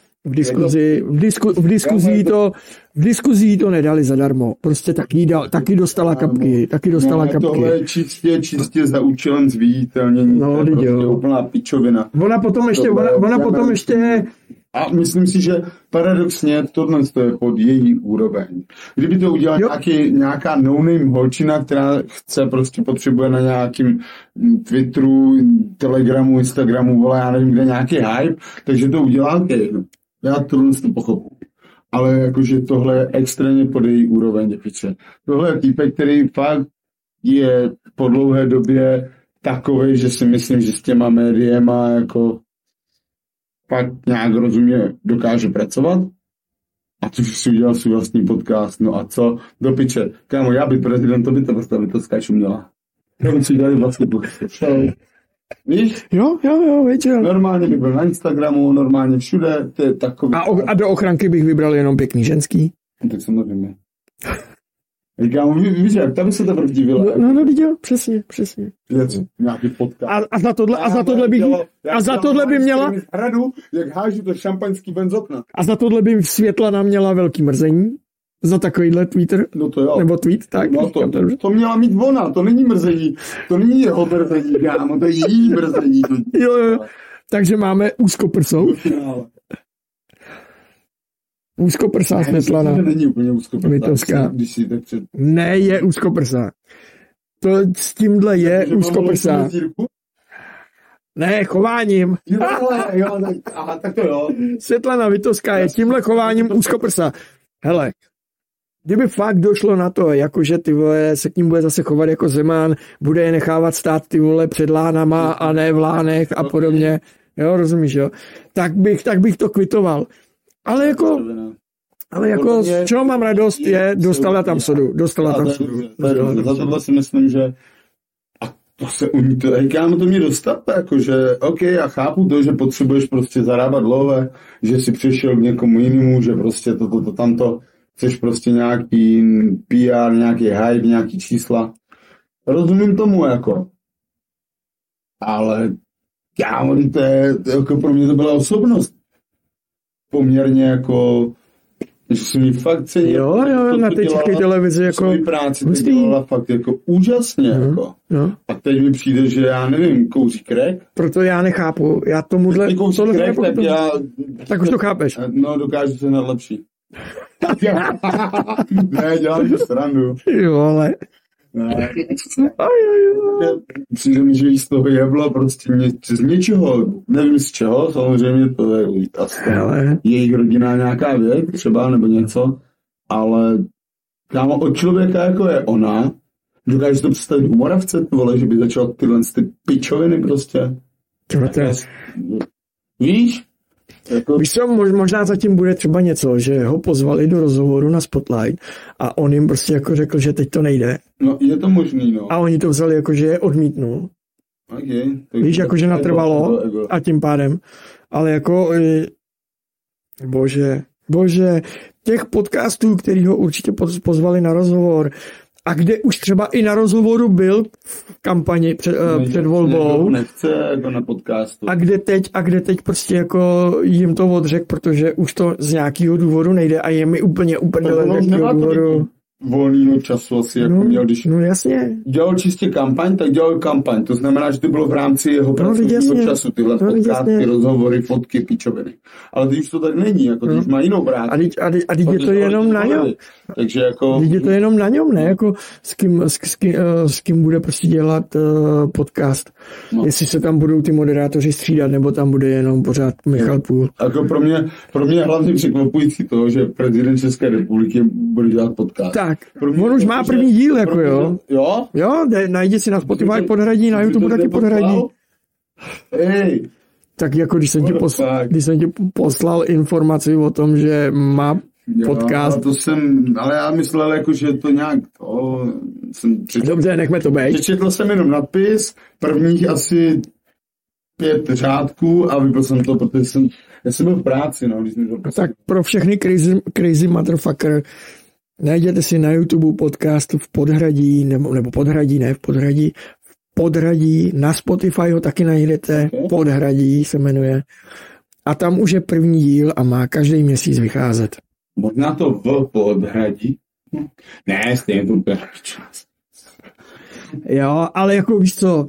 v diskuzi to nedali zadarmo. Prostě taky dostala kapky. Tohle je čistě za účelem zviditelnění. No, to je prostě úplná pičovina. Ona potom ještě... A myslím si, že paradoxně tohle je pod její úroveň. Kdyby to udělala nějaká no-name holčina, která potřebuje na nějakým Twitteru, Telegramu, Instagramu, vole, já nevím kde nějaký hype, takže to udělá okay. Já tohle to pochopu. Ale jakože tohle je extrémně pod její úroveň, děpiče. Tohle je týpek, který fakt je po dlouhé době takovej, že si myslím, že s těma médiema jako fakt nějak rozumně dokáže pracovat. A to si udělal svůj vlastní podcast. No a co? Do piče. Kámo, já být prezident, to by to skáču měla. Já bych si udělali vlastní podcast. Víš? Jo, věděl. Normálně bych byl na Instagramu, normálně všude, to je takový... A do ochranky bych vybral jenom pěkný ženský? Tak samozřejmě. Říkám, víš jak, tam by se to divila. No, viděl, přesně. Nějaký podcast. A za tohle by měla... Hradu, jak hážu to šampaňský ven z okna. A za tohle by Světlana měla velký mrzení. Za takovýhle Twitter. No to jo. Nebo tweet, tak? No to měla mít ona, to není mrzení. To není jeho mrzení, kámo, to je její mrzení. Jo. Takže máme úzkoprsou. Úzkoprsá Světlana. To není úplně úzkoprsá. Ne, je úzkoprsá. To s tímhle je úzkoprsá. Ne, chováním. Tak to jo. Světlana Vitovská je tímhle chováním úzkoprsá. Hele, kdyby fakt došlo na to, jakože ty vole se k ním bude zase chovat jako Zeman, bude je nechávat stát ty vole před lánama a ne v lánech a podobně, jo, rozumíš, jo, tak bych to kvitoval. Ale jako, z čeho mám radost, je, dostala tam sodu. Za tohle si myslím, že a to se u ní to, kámo, to mě dostat, jakože, OK, já chápu to, že potřebuješ prostě zarábat love, že si přišel k někomu jinému, že prostě tamto, chceš prostě nějaký PR, nějaký hype, nějaký čísla. Rozumím tomu, jako. Ale, kámo, to je, jako pro mě to byla osobnost. Poměrně jako, že si mi fakt cenil. Jo, na té české televizi jako... Svoji práci to dělala fakt jako úžasně, jako. Jo. A teď mi přijde, že já nevím, kouří crack. Proto já nechápu, já tomuhle... Tak už to chápeš. No, dokážu se lepší. Ne, dělám to srandu. Jo, ale... Ne. Přijde mi, že jí z toho jeblo prostě z něčeho, nevím z čeho, samozřejmě to je asi jejich rodina nějaká věc, třeba nebo něco, ale kámo, od člověka jako je ona, dokážeš to představit u Moravce, vole, že by začal tyhle ty pičoviny prostě. Víš? Jako... Víš co, možná zatím bude třeba něco, že ho pozvali do rozhovoru na Spotlight a on jim prostě jako řekl, že teď to nejde. No, je to možný, no. A oni to vzali jako, že je odmítnul. Okay, víš, jako, že natrvalo a tím pádem. Ale jako, bože, těch podcastů, který ho určitě pozvali na rozhovor, a kde už třeba i na rozhovoru byl v kampani před volbou. Nechce jako na podcastu. A kde teď prostě jako jim to odřek, protože už to z nějakého důvodu nejde a je mi úplně důvodu. Volného času asi jako měl, když jasně. Dělal čistě kampaň, tak dělal kampaň. To znamená, že to bylo v rámci jeho pracovního času. Tyhle podcasty, rozhovory, fotky, pičoviny. Ale teď už to tak není, jako teď už má jinou práci. A teď je to jenom na něm. Takže jako... Teď je to jenom na něm, ne? Jako s kým bude prostě dělat podcast. No. Jestli se tam budou ty moderátoři střídat, nebo tam bude jenom pořád Michal Půl. Jako pro mě je hlavně překvapující to, že prezident České republiky bude dělat podcast. Tak, on už má první díl, jako jo. Jo, najdi si na Spotify Podhradí, na YouTube taky Podhradí. Hej. Tak jako když jsem ti poslal informaci o tom, že má podcast. Ale já myslel, jako, že to nějak... Dobře, nechme to být. Četl jsem jenom nadpis, prvních asi 5 řádků a vypil jsem to, protože já jsem byl v práci, no. Když tak pro všechny crazy motherfucker, najděte si na YouTube podcast v Podhradí, nebo Podhradí, ne v Podhradí, v Podhradí, na Spotify ho taky najdete, okay. Podhradí se jmenuje. A tam už je první díl a má každý měsíc vycházet. Možná to v Podhradí? Ne, stejně to bude čas. Jo, ale jako víš co,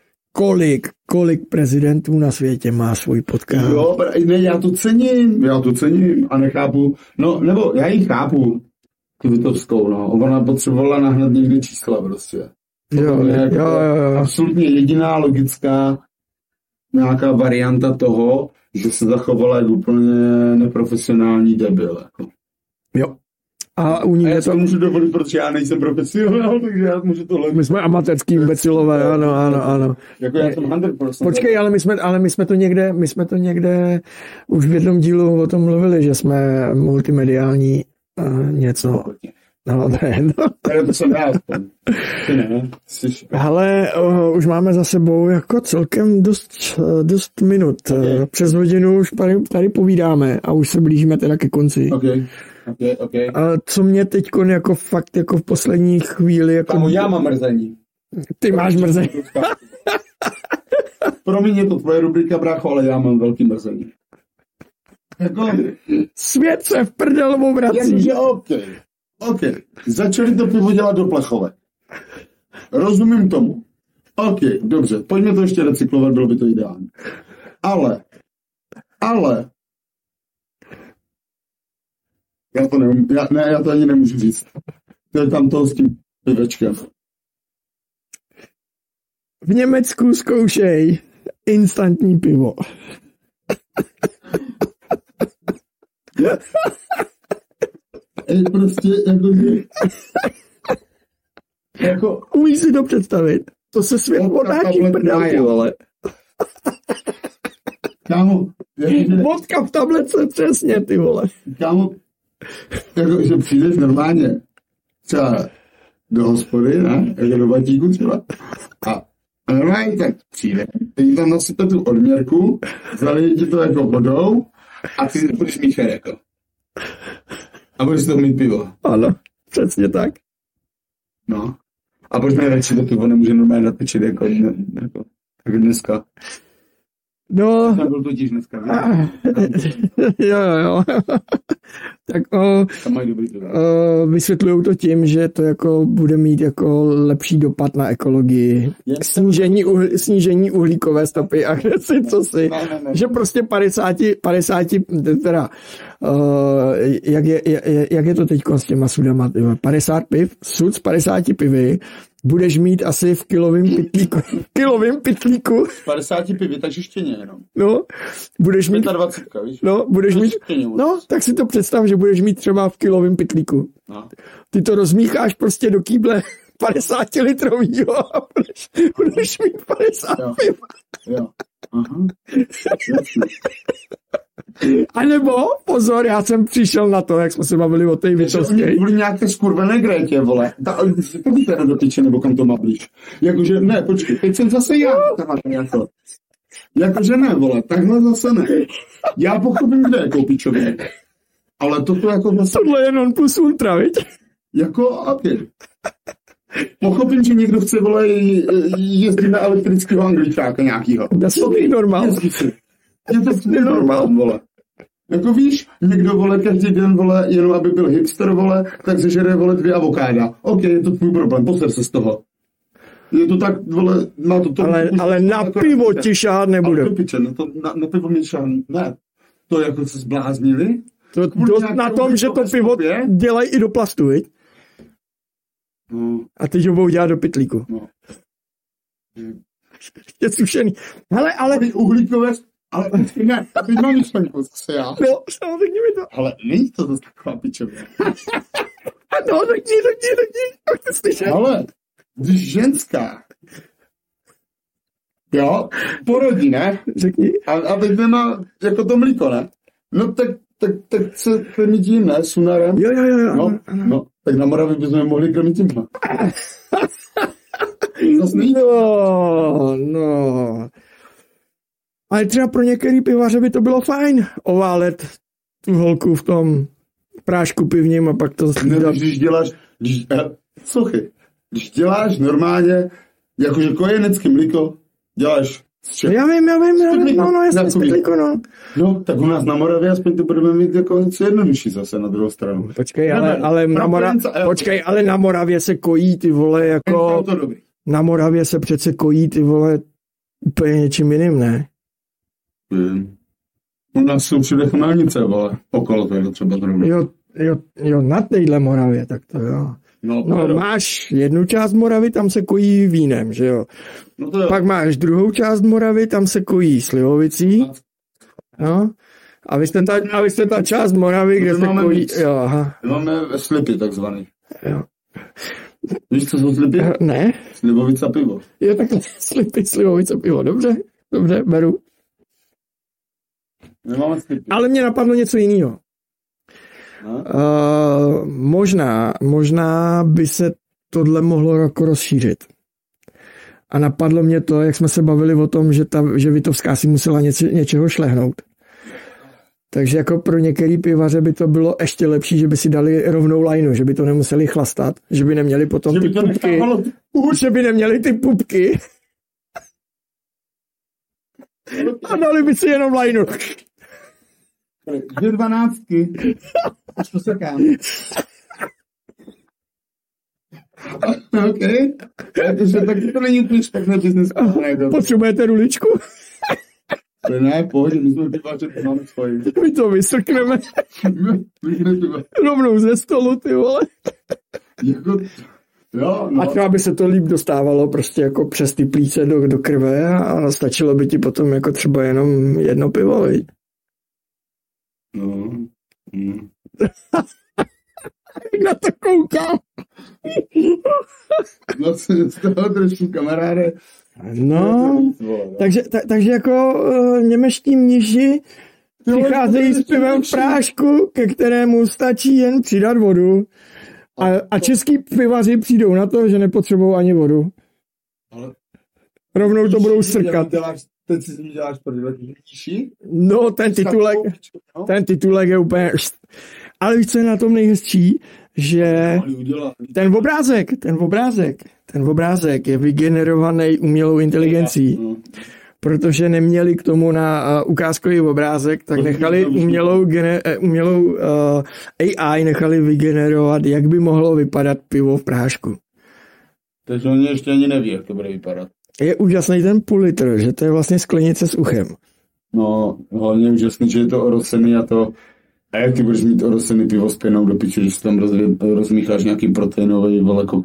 kolik prezidentů na světě má svůj podcast? Jo, ne, já to cením a nechápu, no, nebo já ji chápu, tu Vitovskou, no, ona potřebovala nahnat někdy čísla prostě. Jo. Absolutně jediná logická nějaká varianta toho, že se zachovala jako úplně neprofesionální debil, jako. Jo. A u ní já to můžu dovolit, protože já nejsem profesionál, takže já můžu tohle. My jsme amatérský imbecilové, ano. Jako já jsem 100%. Počkej, ale my jsme to někde už v jednom dílu o tom mluvili, že jsme multimediální něco. No, ne. To jsem já aspoň. Ne. Hele, už máme za sebou jako celkem dost minut. Okay. Přes hodinu už tady povídáme a už se blížíme teda ke konci. Okay. A co mě teďko jako fakt jako v poslední chvíli... Jako... Kamu, já mám mrzení. Ty máš mrzení. Promiň, je to tvoje rubrika, brácho, ale já mám velký mrzení. Jako... Svět se v prdel obrací. OK. Začali to pivo dělat do plechovek. Rozumím tomu. OK, dobře, pojďme to ještě recyklovat, bylo by to ideální. Ale já to ani nemůžu říct. To je tam to s tím pivečkem. V Německu zkoušej instantní pivo. Prostě jako... Umíš si to představit? To se svět otáčí prdel, ty vole. Kámo, vodka v tabletce, přesně, ty vole. Kámo, jako, že přijdeš normálně třeba do hospody, ne? Jako do batíku třeba. A normálně tak přijde. Teď tam nasype tu odměrku, zalije ti to jako vodou a ty budeš mít jako. A budeš to mít pivo. Ano, přesně tak. No. A proč nejradši to pivo nemůže normálně natočit jako dneska? No. Tam byl totiž dneska, Jo. Tak vysvětlujou to tím, že to jako bude mít jako lepší dopad na ekologii. Snížení uhlíkové stopy a cosi. Ne. Že prostě 50 teda jak je to teď s těma sudama, 50 piv, sud z 50 pivy budeš mít asi v kilovým pytlíku. 50 pivy, takže štěně jenom. No, budeš mít... 25, víš? No, budeš mít... No, tak si to představ, že budeš mít třeba v kilovým pytlíku. No. Ty to rozmícháš prostě do kýble 50 litrovýho a budeš mít 50 piv. Jo. Aha. A nebo, pozor, já jsem přišel na to, jak jsme se bavili o té Vitolské. Byly nějaké skurvené grétě, vole. Podíte do piče, nebo kam to má blíž. Jakože, ne, počkej, teď jsem zase já. Jakože ne, vole, takhle zase ne. Já pochopím, kde je koupičově. Ale toto jako zase... Tohle je non plus ultra, viď? Jako, okay. Pochopím, že někdo chce, vole, jezdit na elektrického angličáka nějakýho. To je normál. Je to normál, vole. Jako víš, někdo, vole, každý den, vole, jenom aby byl hipster, vole, tak sežere, vole, 2 avokáda. OK, je to tvůj problém, poser se z toho. Je to tak, vole, má to... Ale na pivo ti šáhat nebude. Ale to piče, na pivo mě šáhat, ne. To jako se zbláznili. To dost na tom, že to pivo dělají i do plastu, viď? No. A teď ho budou dělat do pytlíku. No. Je sušený. Hele, ale... Uhlíkové... Ale ne, teď mám myšlenku zase já. No, řekni mi to. Ale není to zase taková pičově. No, řekni. Ale, když ženská, jo, porodí, ne? Řekni. A teď nemá jako to mlíko, ne? No tak se krmí tím, ne? Sunarem. Jo. No, tak na Moravě bychom mohli krmit tím, ne? No. Ale třeba pro některý pivaře by to bylo fajn oválet tu holku v tom prášku pivním a pak to... Když děláš normálně, jakože kojenecký mlíko, děláš z čeho? Já vím, no, jasně, z pytlíku, no. No, tak u nás na Moravě aspoň to budeme mít jako něco jednodušší zase na druhou stranu. Počkej, ale na Moravě se kojí, ty vole, jako... Na Moravě se přece kojí, ty vole, úplně něčím jiným, ne? U nás jsou všude chmelnice, vole, okolo toho třeba zrovna. Jo, na téhle Moravě, tak to jo. No, máš jednu část Moravy, tam se kojí vínem, že jo. No to jo. Pak máš druhou část Moravy, tam se kojí slivovicí. No. A vy jste ta část Moravy, kde se kojí... Jo, aha. Máme slipy takzvaný. Jo. Víš, co jsou slipy? Ne. Slivovice pivo. Jo, tak slipy, slivovice pivo, dobře, beru. Nemáme slipy. Ale mě napadlo něco jiného. Možná by se tohle mohlo jako rozšířit. A napadlo mě to, jak jsme se bavili o tom, že Vitovská si musela něčeho šlehnout. Takže jako pro některý pivaře by to bylo ještě lepší, že by si dali rovnou lajnu, že by to nemuseli chlastat, že by neměli potom ty pupky. Že by neměli ty pupky. A dali by si jenom lajnu. 2 12. Až to sekám. OK. Takže to není úplně špatný business. Potřebujete ruličku? Ne, pohodě, my jsme pivaři, to máme svoji. My to vysrkneme. Rovnou ze stolu, ty vole. Jako, jo, no. A třeba by se to líp dostávalo prostě jako přes ty plíce do krve a stačilo by ti potom jako třeba jenom jedno pivo, viď? No. Na to koukám. Vlastně z toho trošku kamaráde. No, takže jako němečtí mniši přicházejí s pivem v prášku, ke kterému stačí jen přidat vodu. A český pivaři přijdou na to, že nepotřebují ani vodu. Rovnou to budou srkat. Teď si z ní děláš mniši? No, ten titulek je úplně... Ale víš, co je na tom nejhezčí? Že ten obrázek je vygenerovaný umělou inteligencí. Protože neměli k tomu na ukázkový obrázek, tak nechali umělou AI nechali vygenerovat, jak by mohlo vypadat pivo v prášku. Takže oni ještě ani neví, jak to bude vypadat. Je úžasný ten půl litr, že to je vlastně sklenice s uchem. No, hlavně úžasný, že je to orosený a to... A jak ty budeš mít orosený pivo s pěnou do piče, když tam rozmícháš nějaký proteinový velkou...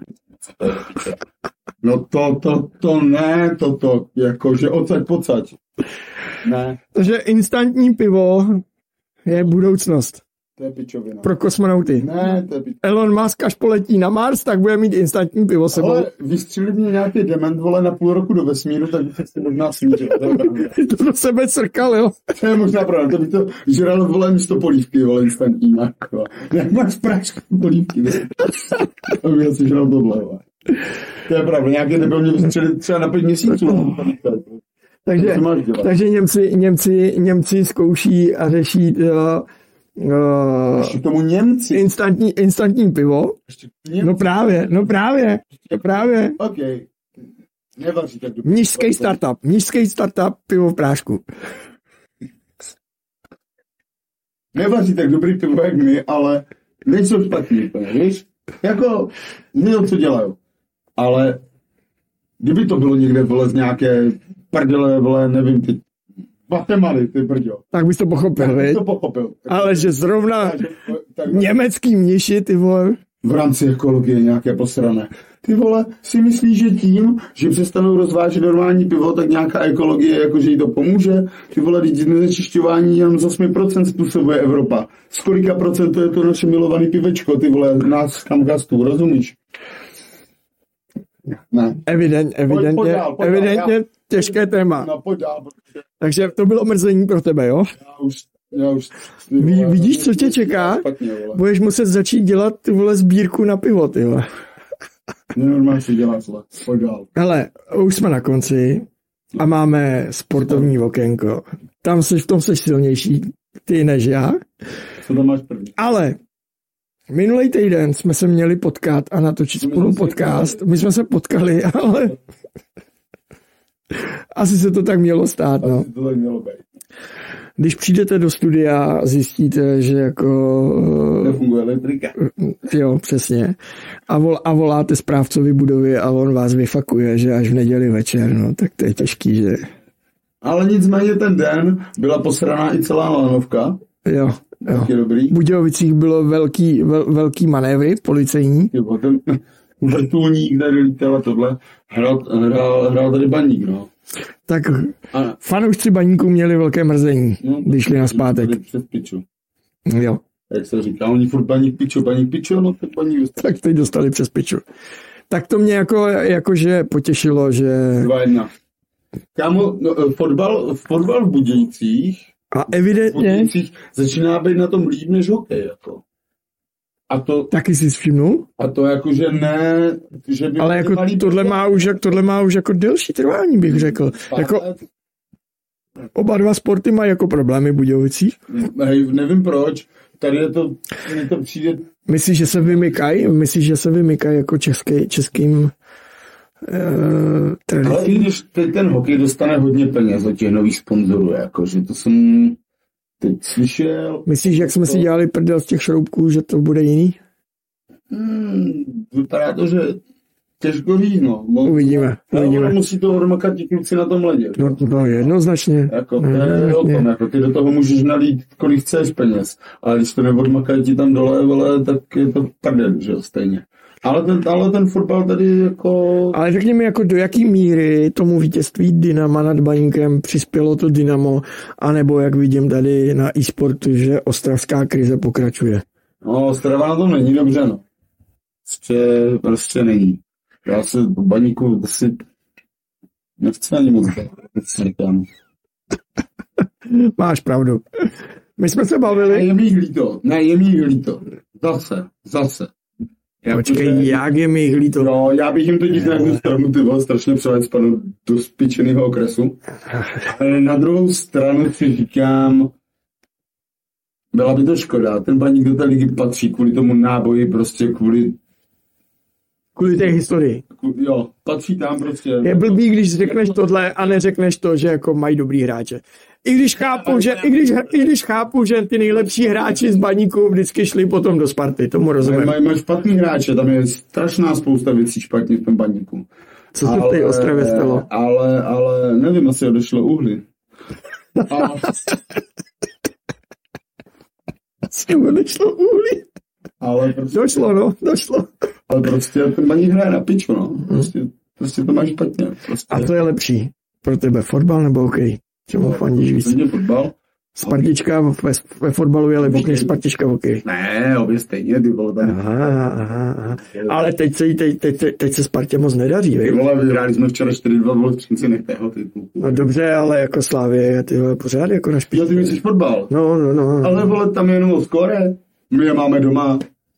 No to ne, jakože pocať. Ne. Takže instantní pivo je budoucnost. To je pičovina. Pro kosmonauty. Ne, to je pičovina. Elon Musk až poletí na Mars, tak bude mít instantní pivo sebou. Ale vystřelit mě nějaký dement, vole, na půl roku do vesmíru, tak bych se možná smířil. To do sebe crkal, jo? To je možná pravda, to by to žralo, vole, místo polívky, vole, instantní. Jako. Jak máš prášku polívky, to by asi žral tohle, vole. To je pravda, nějaké nebylo mě vystřelit třeba na 5 měsíců. Takže Němci zkouší a řeší ještě tomu Němci. Instantní pivo. No právě. OK. Nevaří tak dobře. Mnišský startup pivo v prášku. Nevaří tak dobrý pivo jak my, ale nejsou špatný, víš? Jako, měl co dělají. Ale kdyby to bylo někde, vole, z nějaké prdele, vole, nevím, ty Guatemaly, ty brďo. Tak bys to pochopil, viď? Ale že zrovna německý mniši, ty vole. V rámci ekologie nějaké posrané. Ty vole, si myslíš, že tím, že přestanou rozvážet normální pivo, tak nějaká ekologie, jakože jí to pomůže? Ty vole, lidi znečišťování jenom z 8% způsobuje Evropa. Z kolika procent je to naše milované pivečko, ty vole, nás tam gastů, rozumíš? Ne. Evidentně těžké téma. No, pojď dál. Takže to bylo mrzení pro tebe, jo? Já už vidíš, co tě čeká? Špatně, budeš muset začít dělat, ty vole, sbírku na pivo, ty vole. Nenormálně si dělá zle. Pojď dál. Hele, už jsme na konci a máme sportovní okénko. V tom seš silnější, ty než já. Co tam máš první? Ale minulý týden jsme se měli potkat a natočit spolu podcast. My jsme se potkali, ale asi se to tak mělo stát, no. Asi to tak mělo být. Když přijdete do studia, zjistíte, že jako... Nefunguje elektrika. Jo, přesně. A voláte správcovi budovy a on vás vyfakuje, že až v neděli večer, no, tak to je těžký, že... Ale nicméně ten den byla posraná i celá lanovka. Jo. Dobrý. V Budějovicích bylo velký manévry policejní. Jo, ten vrtulník, který lítal a tohle, hrál tady baník, no. Tak fanoušci baníků měli velké mrzení, když šli na zpátek. Před piču. Jo. Jak se říká, oni furt baník piču, no tak baník dostali. Tak teď dostali přes piču. Tak to mě jakože potěšilo, že... 2-1. Kámo, fotbal v Budějcích. A evidentně... V Budějcích začíná být na tom líp než hokej, jako. A to, taky si všimnul? A to jakože ne, že by... Ale jako tohle má už jako delší trvání, bych řekl. Jako, oba dva sporty mají jako problémy v Budějovicích. Nevím proč. Tady je to, mně to přijde... Myslíš, že se vymykají? Myslíš, že se vymykají jako českým tradicím? Ale i když teď ten hokej dostane hodně peněz od těch nových sponzorů, jako, že to jsem teď slyšel... Myslíš, jak jsme si dělali prdel z těch šroubků, že to bude jiný? Vypadá to, že těžko říct, no. Uvidíme. Musí to odmakat ti kluci na tom ledě. No to jednoznačně. Jako, to je o tom, jako, ty do toho můžeš nalít, kolik chceš peněz. Ale když to neodmakají ti tam dole, vole, tak je to prdel, že jo, stejně. Ale ten fotbal tady jako... Ale řekni mi, jako do jaký míry tomu vítězství Dynama nad Baníkem přispělo to Dynamo, anebo jak vidím tady na e-sportu, že ostravská krize pokračuje. No, Ostrava na tom není dobře, no. Prostě není. Já se po Baníku asi nechci ani moc říkám. Máš pravdu. My jsme se bavili... Je mi líto. Zase. Počkej, jak je mi líto? No, já bych jim totiž na jednu stranu strašně přelec panu do spíčeného okresu. Ale na druhou stranu si říkám, byla by to škoda. Ten Baník do té ligy patří kvůli tomu náboji, prostě kvůli té historii. Jo, patří tam prostě. Je blbý, když řekneš tohle a neřekneš to, že jako mají dobrý hráče. I když chápu, že ty nejlepší hráči z Baníku vždycky šli potom do Sparty, tomu rozumím. Mají špatný hráče, tam je strašná spousta věcí špatně v tom Baníku. Co se v té Ostravě stalo? Ale nevím, asi odešlo Uhly. Asi odešlo Uhly. Ale prostě, došlo. Ale prostě ten Baník hraje na piču, no. Prostě to má špatně. Prostě. A co je lepší? Pro tebe fotbal nebo hokej? Čemu fandíš víc? Fotbal. Spartička ve fotbalu je lepší než Spartička v hokeji. Ne, obě stejně, ty vole. Aha. Ale teď se Spartě moc nedaří, ty vole, vyhráli jsme včera 4-2, vole, třinci nechtého titul. No dobře, ale jako Slávě je ty vole pořád jako na špičce. Ty myslíš fotbal? No. Ale vole, tam je jenom o skóre. My je máme doma.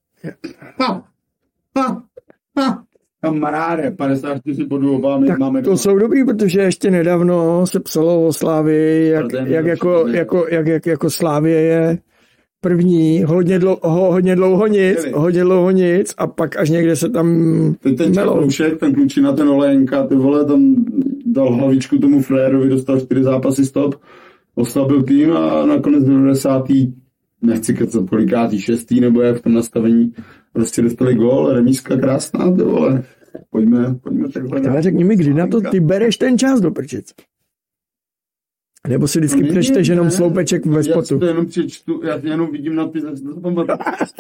Kamaráde, 54 bodů obámy máme. To jsou dobrý, protože ještě nedávno se psalo o Slávii, jako Slávie je první, hodně dlouho nic a pak až někde se tam teď ten Čaploušek, ten klučina, ten Olejnka, ty vole, tam dal hlavičku tomu Frérovi, dostal 4 zápasy stop, oslabil tým a nakonec 90. nechci kecat kolikátý, 6. nebo jak v tom nastavení, prostě dostali gól, remízka krásná, ty vole. Pojďme takhle. Ale řekni mi, kdy na to ty bereš ten čas do prčic? Nebo si vždycky přečteš jenom sloupeček ve spotu? Já si to jenom přečtu, já jenom vidím nadpis, jak si to pamatuju.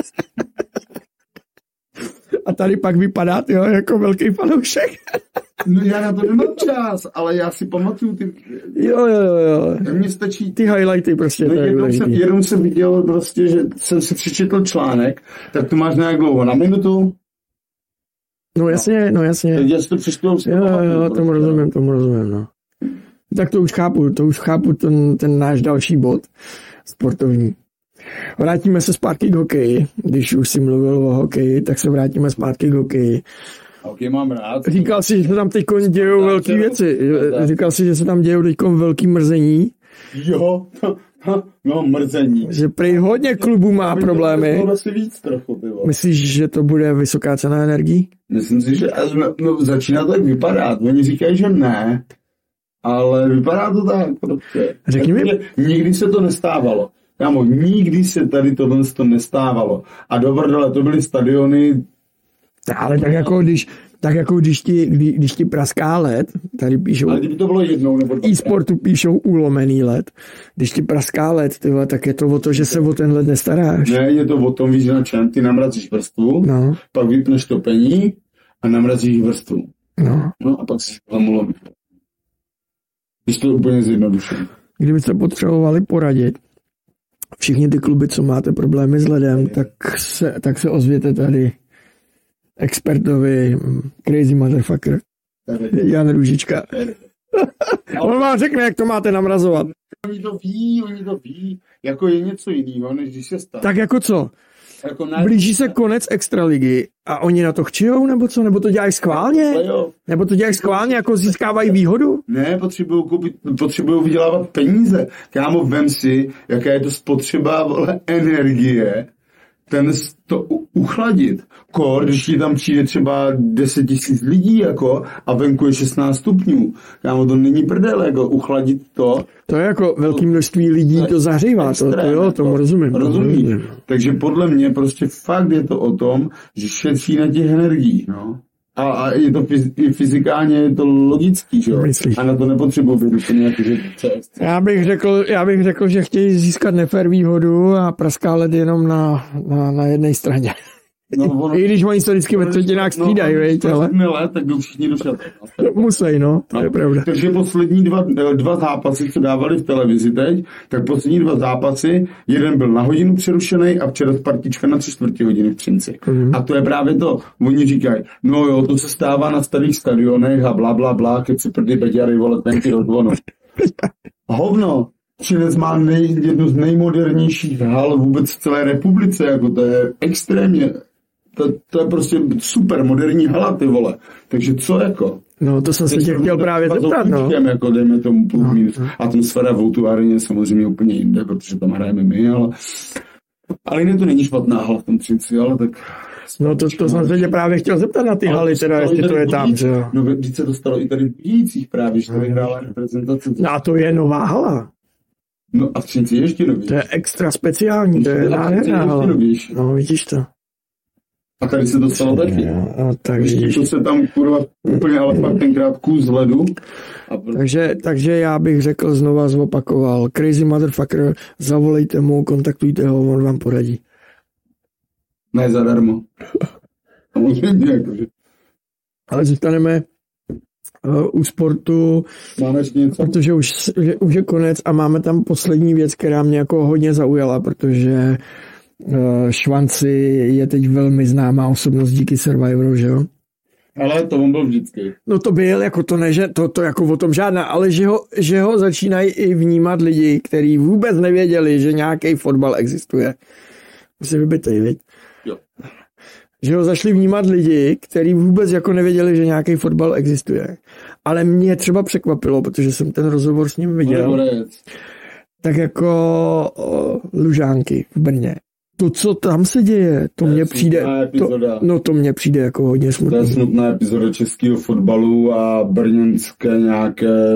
A tady pak vypadá, jo, jako velký fanoušek. No já na to nemám čas, ale já si pamatuju ty... Jo. Mně stačí... Ty highlighty prostě. No, jednou jsem viděl prostě, že jsem si přečetl článek, tak to máš nějak dlouho, na minutu? No jasně. Teď já si to přečtu. Jo, tomu rozumím, no. Tak to už chápu ten náš další bod sportovní. Vrátíme se zpátky k hokeji. Když už si mluvil o hokeji, tak se vrátíme zpátky k hokeji. Hokej mám rád. Říkal si, že se tam teď dějou velké věci. Říkal si, že se tam dějou teď velký mrzení. Jo, no mrzení. Že prý hodně klubů má problémy. To asi víc trochu, ty vole. Myslíš, že to bude vysoká cena energií? Myslím si, že začíná to tak vypadat. Oni říkají, že ne, ale vypadá to tak. Prostě. Řekni mi. Nikdy se to nestávalo. Kámo, nikdy se tady tohle nestávalo. A do Brdele to byly stadiony. Ale tak jako když ti praská led, tady píšou... Ale kdyby to bylo jednou nebo dvakrát. E-sportu píšou ulomený led. Když ti praská led, tyhle, tak je to o to, že se o ten led nestaráš. Ne, je to o tom, víš, na čem ty namrazíš vrstvu, pak vypneš topení a namrazíš vrstvu. No a pak si to když to úplně zjednoduším. Kdybyste potřebovali poradit, všichni ty kluby, co máte problémy s ledem, tak se ozvěte tady expertovi Crazy Motherfucker. Jan Růžička. On vám řekne, jak to máte namrazovat. Oni to ví. Jako je něco jiného, než když se stane. Tak jako co? blíží se konec extraligy a oni na to chčijou, nebo co? Nebo to dělají schválně? Nebo to dělají schválně, jako získávají výhodu? Ne, potřebují vydělávat peníze. Kámo, vem si, jaká je to spotřeba, vole, energie, to uchladit. Když ti tam přijde třeba 10 000 lidí, jako, a venku je 16 stupňů. Kámo, to není prdel, jako, uchladit to. To je jako velké množství lidí, to zahřívá, tomu rozumím. Rozumím. Takže podle mě prostě fakt je to o tom, že šetří na těch energiích, no. A je to fyzikálně je to logický, že jo? A na to nepotřebuji být nějaký, že Já bych řekl, že chtějí získat nefér výhodu a praská led jenom na jedné straně. No, i když oni to vždycky ve třetinách střídají, veď, ale... tak jdou všichni do šatny. Musí, no, to je pravda. Takže poslední dva zápasy, co dávali v televizi teď, tak poslední 2 zápasy, jeden byl na hodinu přerušený a včera Spartička na 3/4 hodiny v Třinci. A to je právě to. Oni říkají, no jo, to se stává na starých stadionech a bla, bla, bla, keď si prdy beďary, vole, tenky rozvonu. Hovno. Třinec má jednu z nejmodernějších hal vůbec v celé republice, jako to je extrémně... To je prostě super moderní hala, ty vole. Takže co jako? No, to jsem se tě chtěl právě zeptat, no. Jako dejme tomu plus minus. Atmosféra v O2 areně je samozřejmě úplně jinde, protože tam hrajeme my, ale jinak to není špatná hala v tom Třinci, ale tak... No to jsem se tě právě chtěl zeptat na ty haly, teda jestli to je tam, že jo. No, když se to stalo i tady v Budějcích právě, že to vyhrála reprezentace. No a to je nová hala. No a v Třinci je ještě novější. To je extra speciální, to je nádherná hala. No, vidíš to. A tady se to stalo taky. Takže to se tam kurva úplně, ale fakt tenkrát kus ledu. Takže já bych řekl, znova zopakoval, crazy motherfucker, zavolejte mu, kontaktujte ho, on vám poradí. Ne zadarmo. Samozřejmě, jakože. Ale zůstaneme u sportu, protože už je konec a máme tam poslední věc, která mě jako hodně zaujala, protože Švanci je teď velmi známá osobnost díky Survivoru, že jo? Ale to on byl vždycky. No to byl, jako to ne, že to jako o tom žádná, ale že ho začínají i vnímat lidi, kteří vůbec nevěděli, že nějaký fotbal existuje. Musí vybitej, viď? Jo. Že ho začali vnímat lidi, kteří vůbec jako nevěděli, že nějaký fotbal existuje. Ale mě třeba překvapilo, protože jsem ten rozhovor s ním viděl. Tak jako Lužánky v Brně. To, co tam se děje, to mně přijde, to mně přijde jako hodně smutný. To je smutná epizoda českého fotbalu a brněnské nějaké,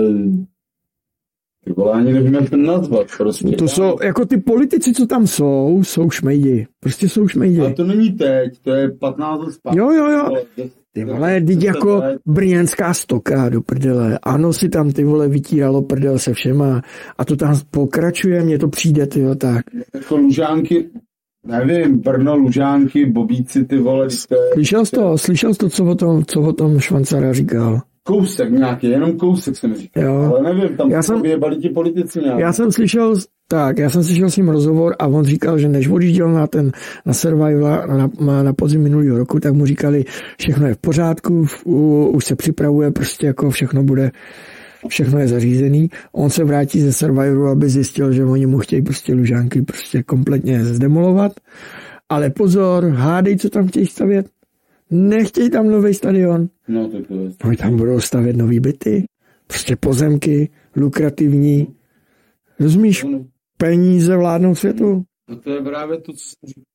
ty vole, ani nevím, jak to nazvat. Prostě. To jsou, jako ty politici, co tam jsou šmejdi. Prostě jsou šmejdi. Ale to není teď, to je 15 let zpátky. Jo. Ty vole, teď jako brněnská stoka do prdele. Ano, si tam ty vole vytíralo prdel se všema a to tam pokračuje, mně to přijde, tyjo, tak. Jako Lužánky, nevím, Brno, Lužánky, Bobíci, ty vole. Slyšel jsi to, co o tom Švancara říkal? Kousek nějaký, jenom kousek jsem říkal. Jo. Ale nevím, tam vyjebali ti politici nějaký. Já jsem slyšel s ním rozhovor a on říkal, že než odjížděl na Survivor na podzim minulého roku, tak mu říkali, všechno je v pořádku, už se připravuje, prostě jako všechno je zařízený. On se vrátí ze Survivoru, aby zjistil, že oni mu chtějí prostě Lužánky prostě kompletně zdemolovat. Ale pozor, hádej, co tam chtějí stavět. Nechtějí tam nový stadion. No, tak to je. Oni tam budou stavět nový byty. Prostě pozemky, lukrativní. Rozumíš? Peníze vládnou světu. No to je právě to, co jsem říkal.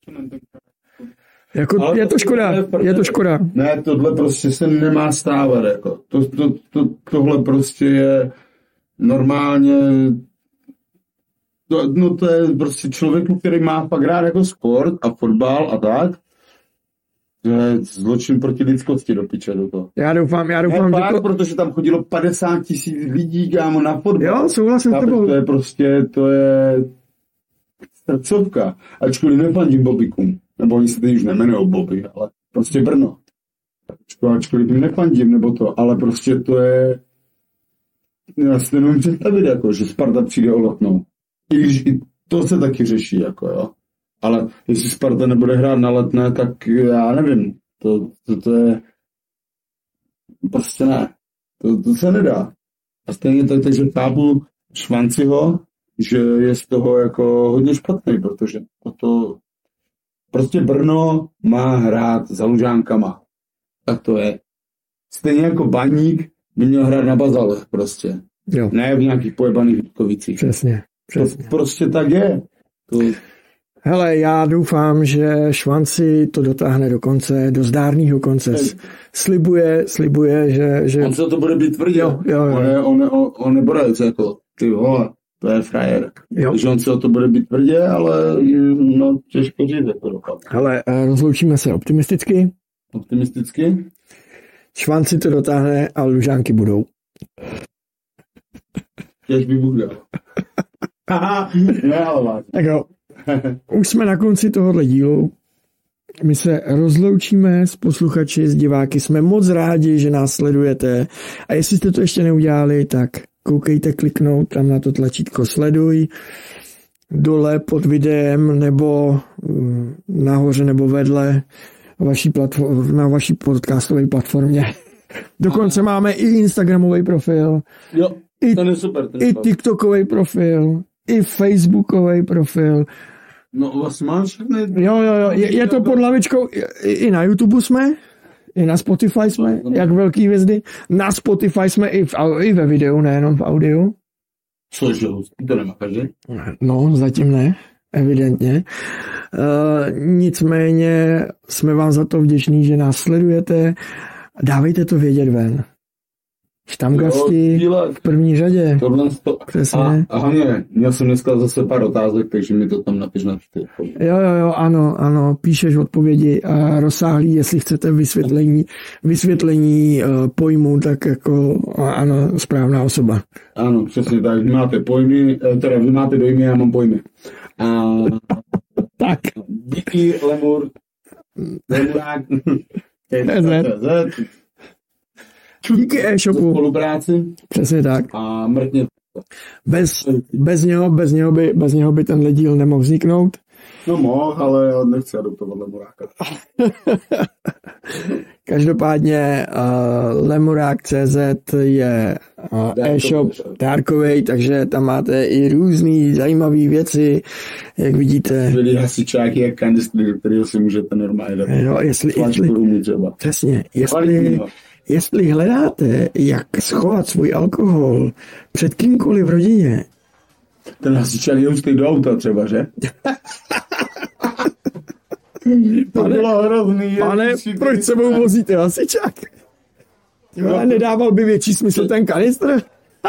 Jako, je to škoda. Ne, tohle prostě se nemá stávat. Jako. Tohle prostě je normálně... To je prostě člověk, který má fakt rád jako sport a fotbal a tak. To je zločin proti lidskosti do piče do toho. Já doufám, že to... Protože tam chodilo 50 000 lidí, kámo, na fotbal. Jo, souhlasím s tebou. To je prostě, to je srdcovka. Ačkoliv nefandím Bobikům. Nebo oni se teď už nemenujou Bobby, ale prostě Brno. Ačkoliv jim nefandím, nebo to, ale prostě to je... Já si to nemůžu představit, jako, že Sparta přijde o Letnou. I když i to se taky řeší, jako jo. Ale jestli Sparta nebude hrát na Letné, tak já nevím. To je... Prostě ne. To se nedá. A stejně tak, takže chápu Švanciho, že je z toho jako hodně špatný, protože to Prostě Brno má hrát za Lužánkama. Tak to je. Stejně jako Baník by měl hrát na Bazalech prostě. Jo. Ne v nějakých pojebaných Vítkovicích. Přesně. To prostě tak je. Hele, já doufám, že Švanci to dotáhne do konce, do zdárného konce. Slibuje, že... On se to bude být tvrdě. Jo. On nebude jako, ty vole, to je frajer. Jo. Takže on se o to bude být tvrdě, ale no, těžko říct. Hele, rozloučíme se optimisticky. Optimisticky? Švanci to dotáhne a Lužánky budou. Těž by Bůh dal. Ne, ale vážně. Tak jo. Už jsme na konci tohohle dílu. My se rozloučíme s posluchači, s diváky. Jsme moc rádi, že nás sledujete. A jestli jste to ještě neudělali, tak koukejte kliknout tam na to tlačítko sleduj. Dole pod videem nebo nahoře nebo vedle na vaší podcastové platformě. Dokonce máme i Instagramový profil. Jo, to je super. I TikTokový profil. I Facebookový profil. No vlastně máš všechny. Jo. Je to pod hlavičkou. I na YouTube jsme. I na Spotify jsme. Jak velký hvězdy. Na Spotify jsme i ve videu, nejenom v audiu. Což to nemá každý? No, zatím ne. Evidentně. Nicméně jsme vám za to vděční, že nás sledujete. Dávejte to vědět ven. Štamgasti v první řadě. Přesně. A hlavně, měl jsem dneska zase pár otázek, takže mi to tam napiš na ty. Jo, ano, píšeš odpovědi a rozsáhlý, jestli chcete vysvětlení pojmu, tak jako ano, správná osoba. Ano, přesně tak, vy máte pojmy, teda vy máte dojmy, já mám pojmy. Tak. Díky, Lemur, Lemurák, díky e-shopu. Spolupráci. Přesně tak. A mrtně. Bez něho by tenhle díl nemohl vzniknout. No mohl, ale nechci adoptovat Lemuráka. Každopádně Lemurák.cz je e-shop dárkovej, takže tam máte i různý zajímavé věci, jak vidíte. Byli hasičáky jak kanistry, kterého si můžete normálně dát. No, jestli hledáte, jak schovat svůj alkohol před kýmkoliv v rodině. Ten hasičák je už do auta třeba, že? Pane, proč sebou vozíte hasičák? Ale nedával by větší smysl ten kanistr?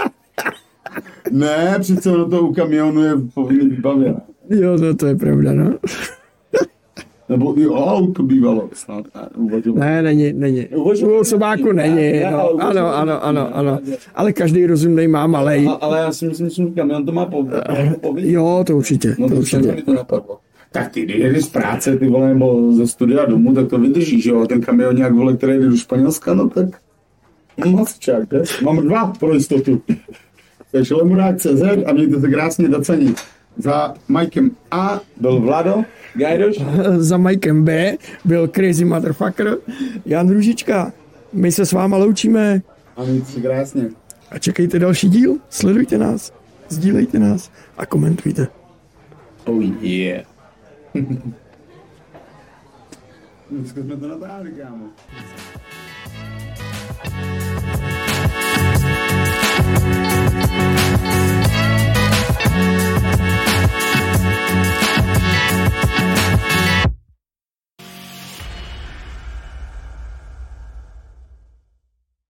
Ne, přece ono to u kamionu je povinný výbavě. Jo, no to je pravda, no. Nebo i auto bývalo snad. Ne, není. U osobáku není. No. Ano. Ale každý rozumnej má malej. Ale já si myslím, že kamion to má povinný. Jo, to určitě. No to určitě. Mi to napadlo. Tak ty, když jdeš z práce, ty vole, nebo ze studia domů, tak to vydržíš, jo. Ten kamion nějak, vole, který jde do Španělska, no tak mám hasičák, ne? Mám 2 pro jistotu. Takže Lemurák.cz a mějte se krásně docení. Za Mikem A byl Vlado Gajdoš. Za Mikem B byl Crazy Motherfucker Jan Růžička. My se s váma loučíme. A mějte se krásně. A čekejte další díl, sledujte nás, sdílejte nás a komentujte. Oh yeah. Dneska jsme to natáhli, kámo.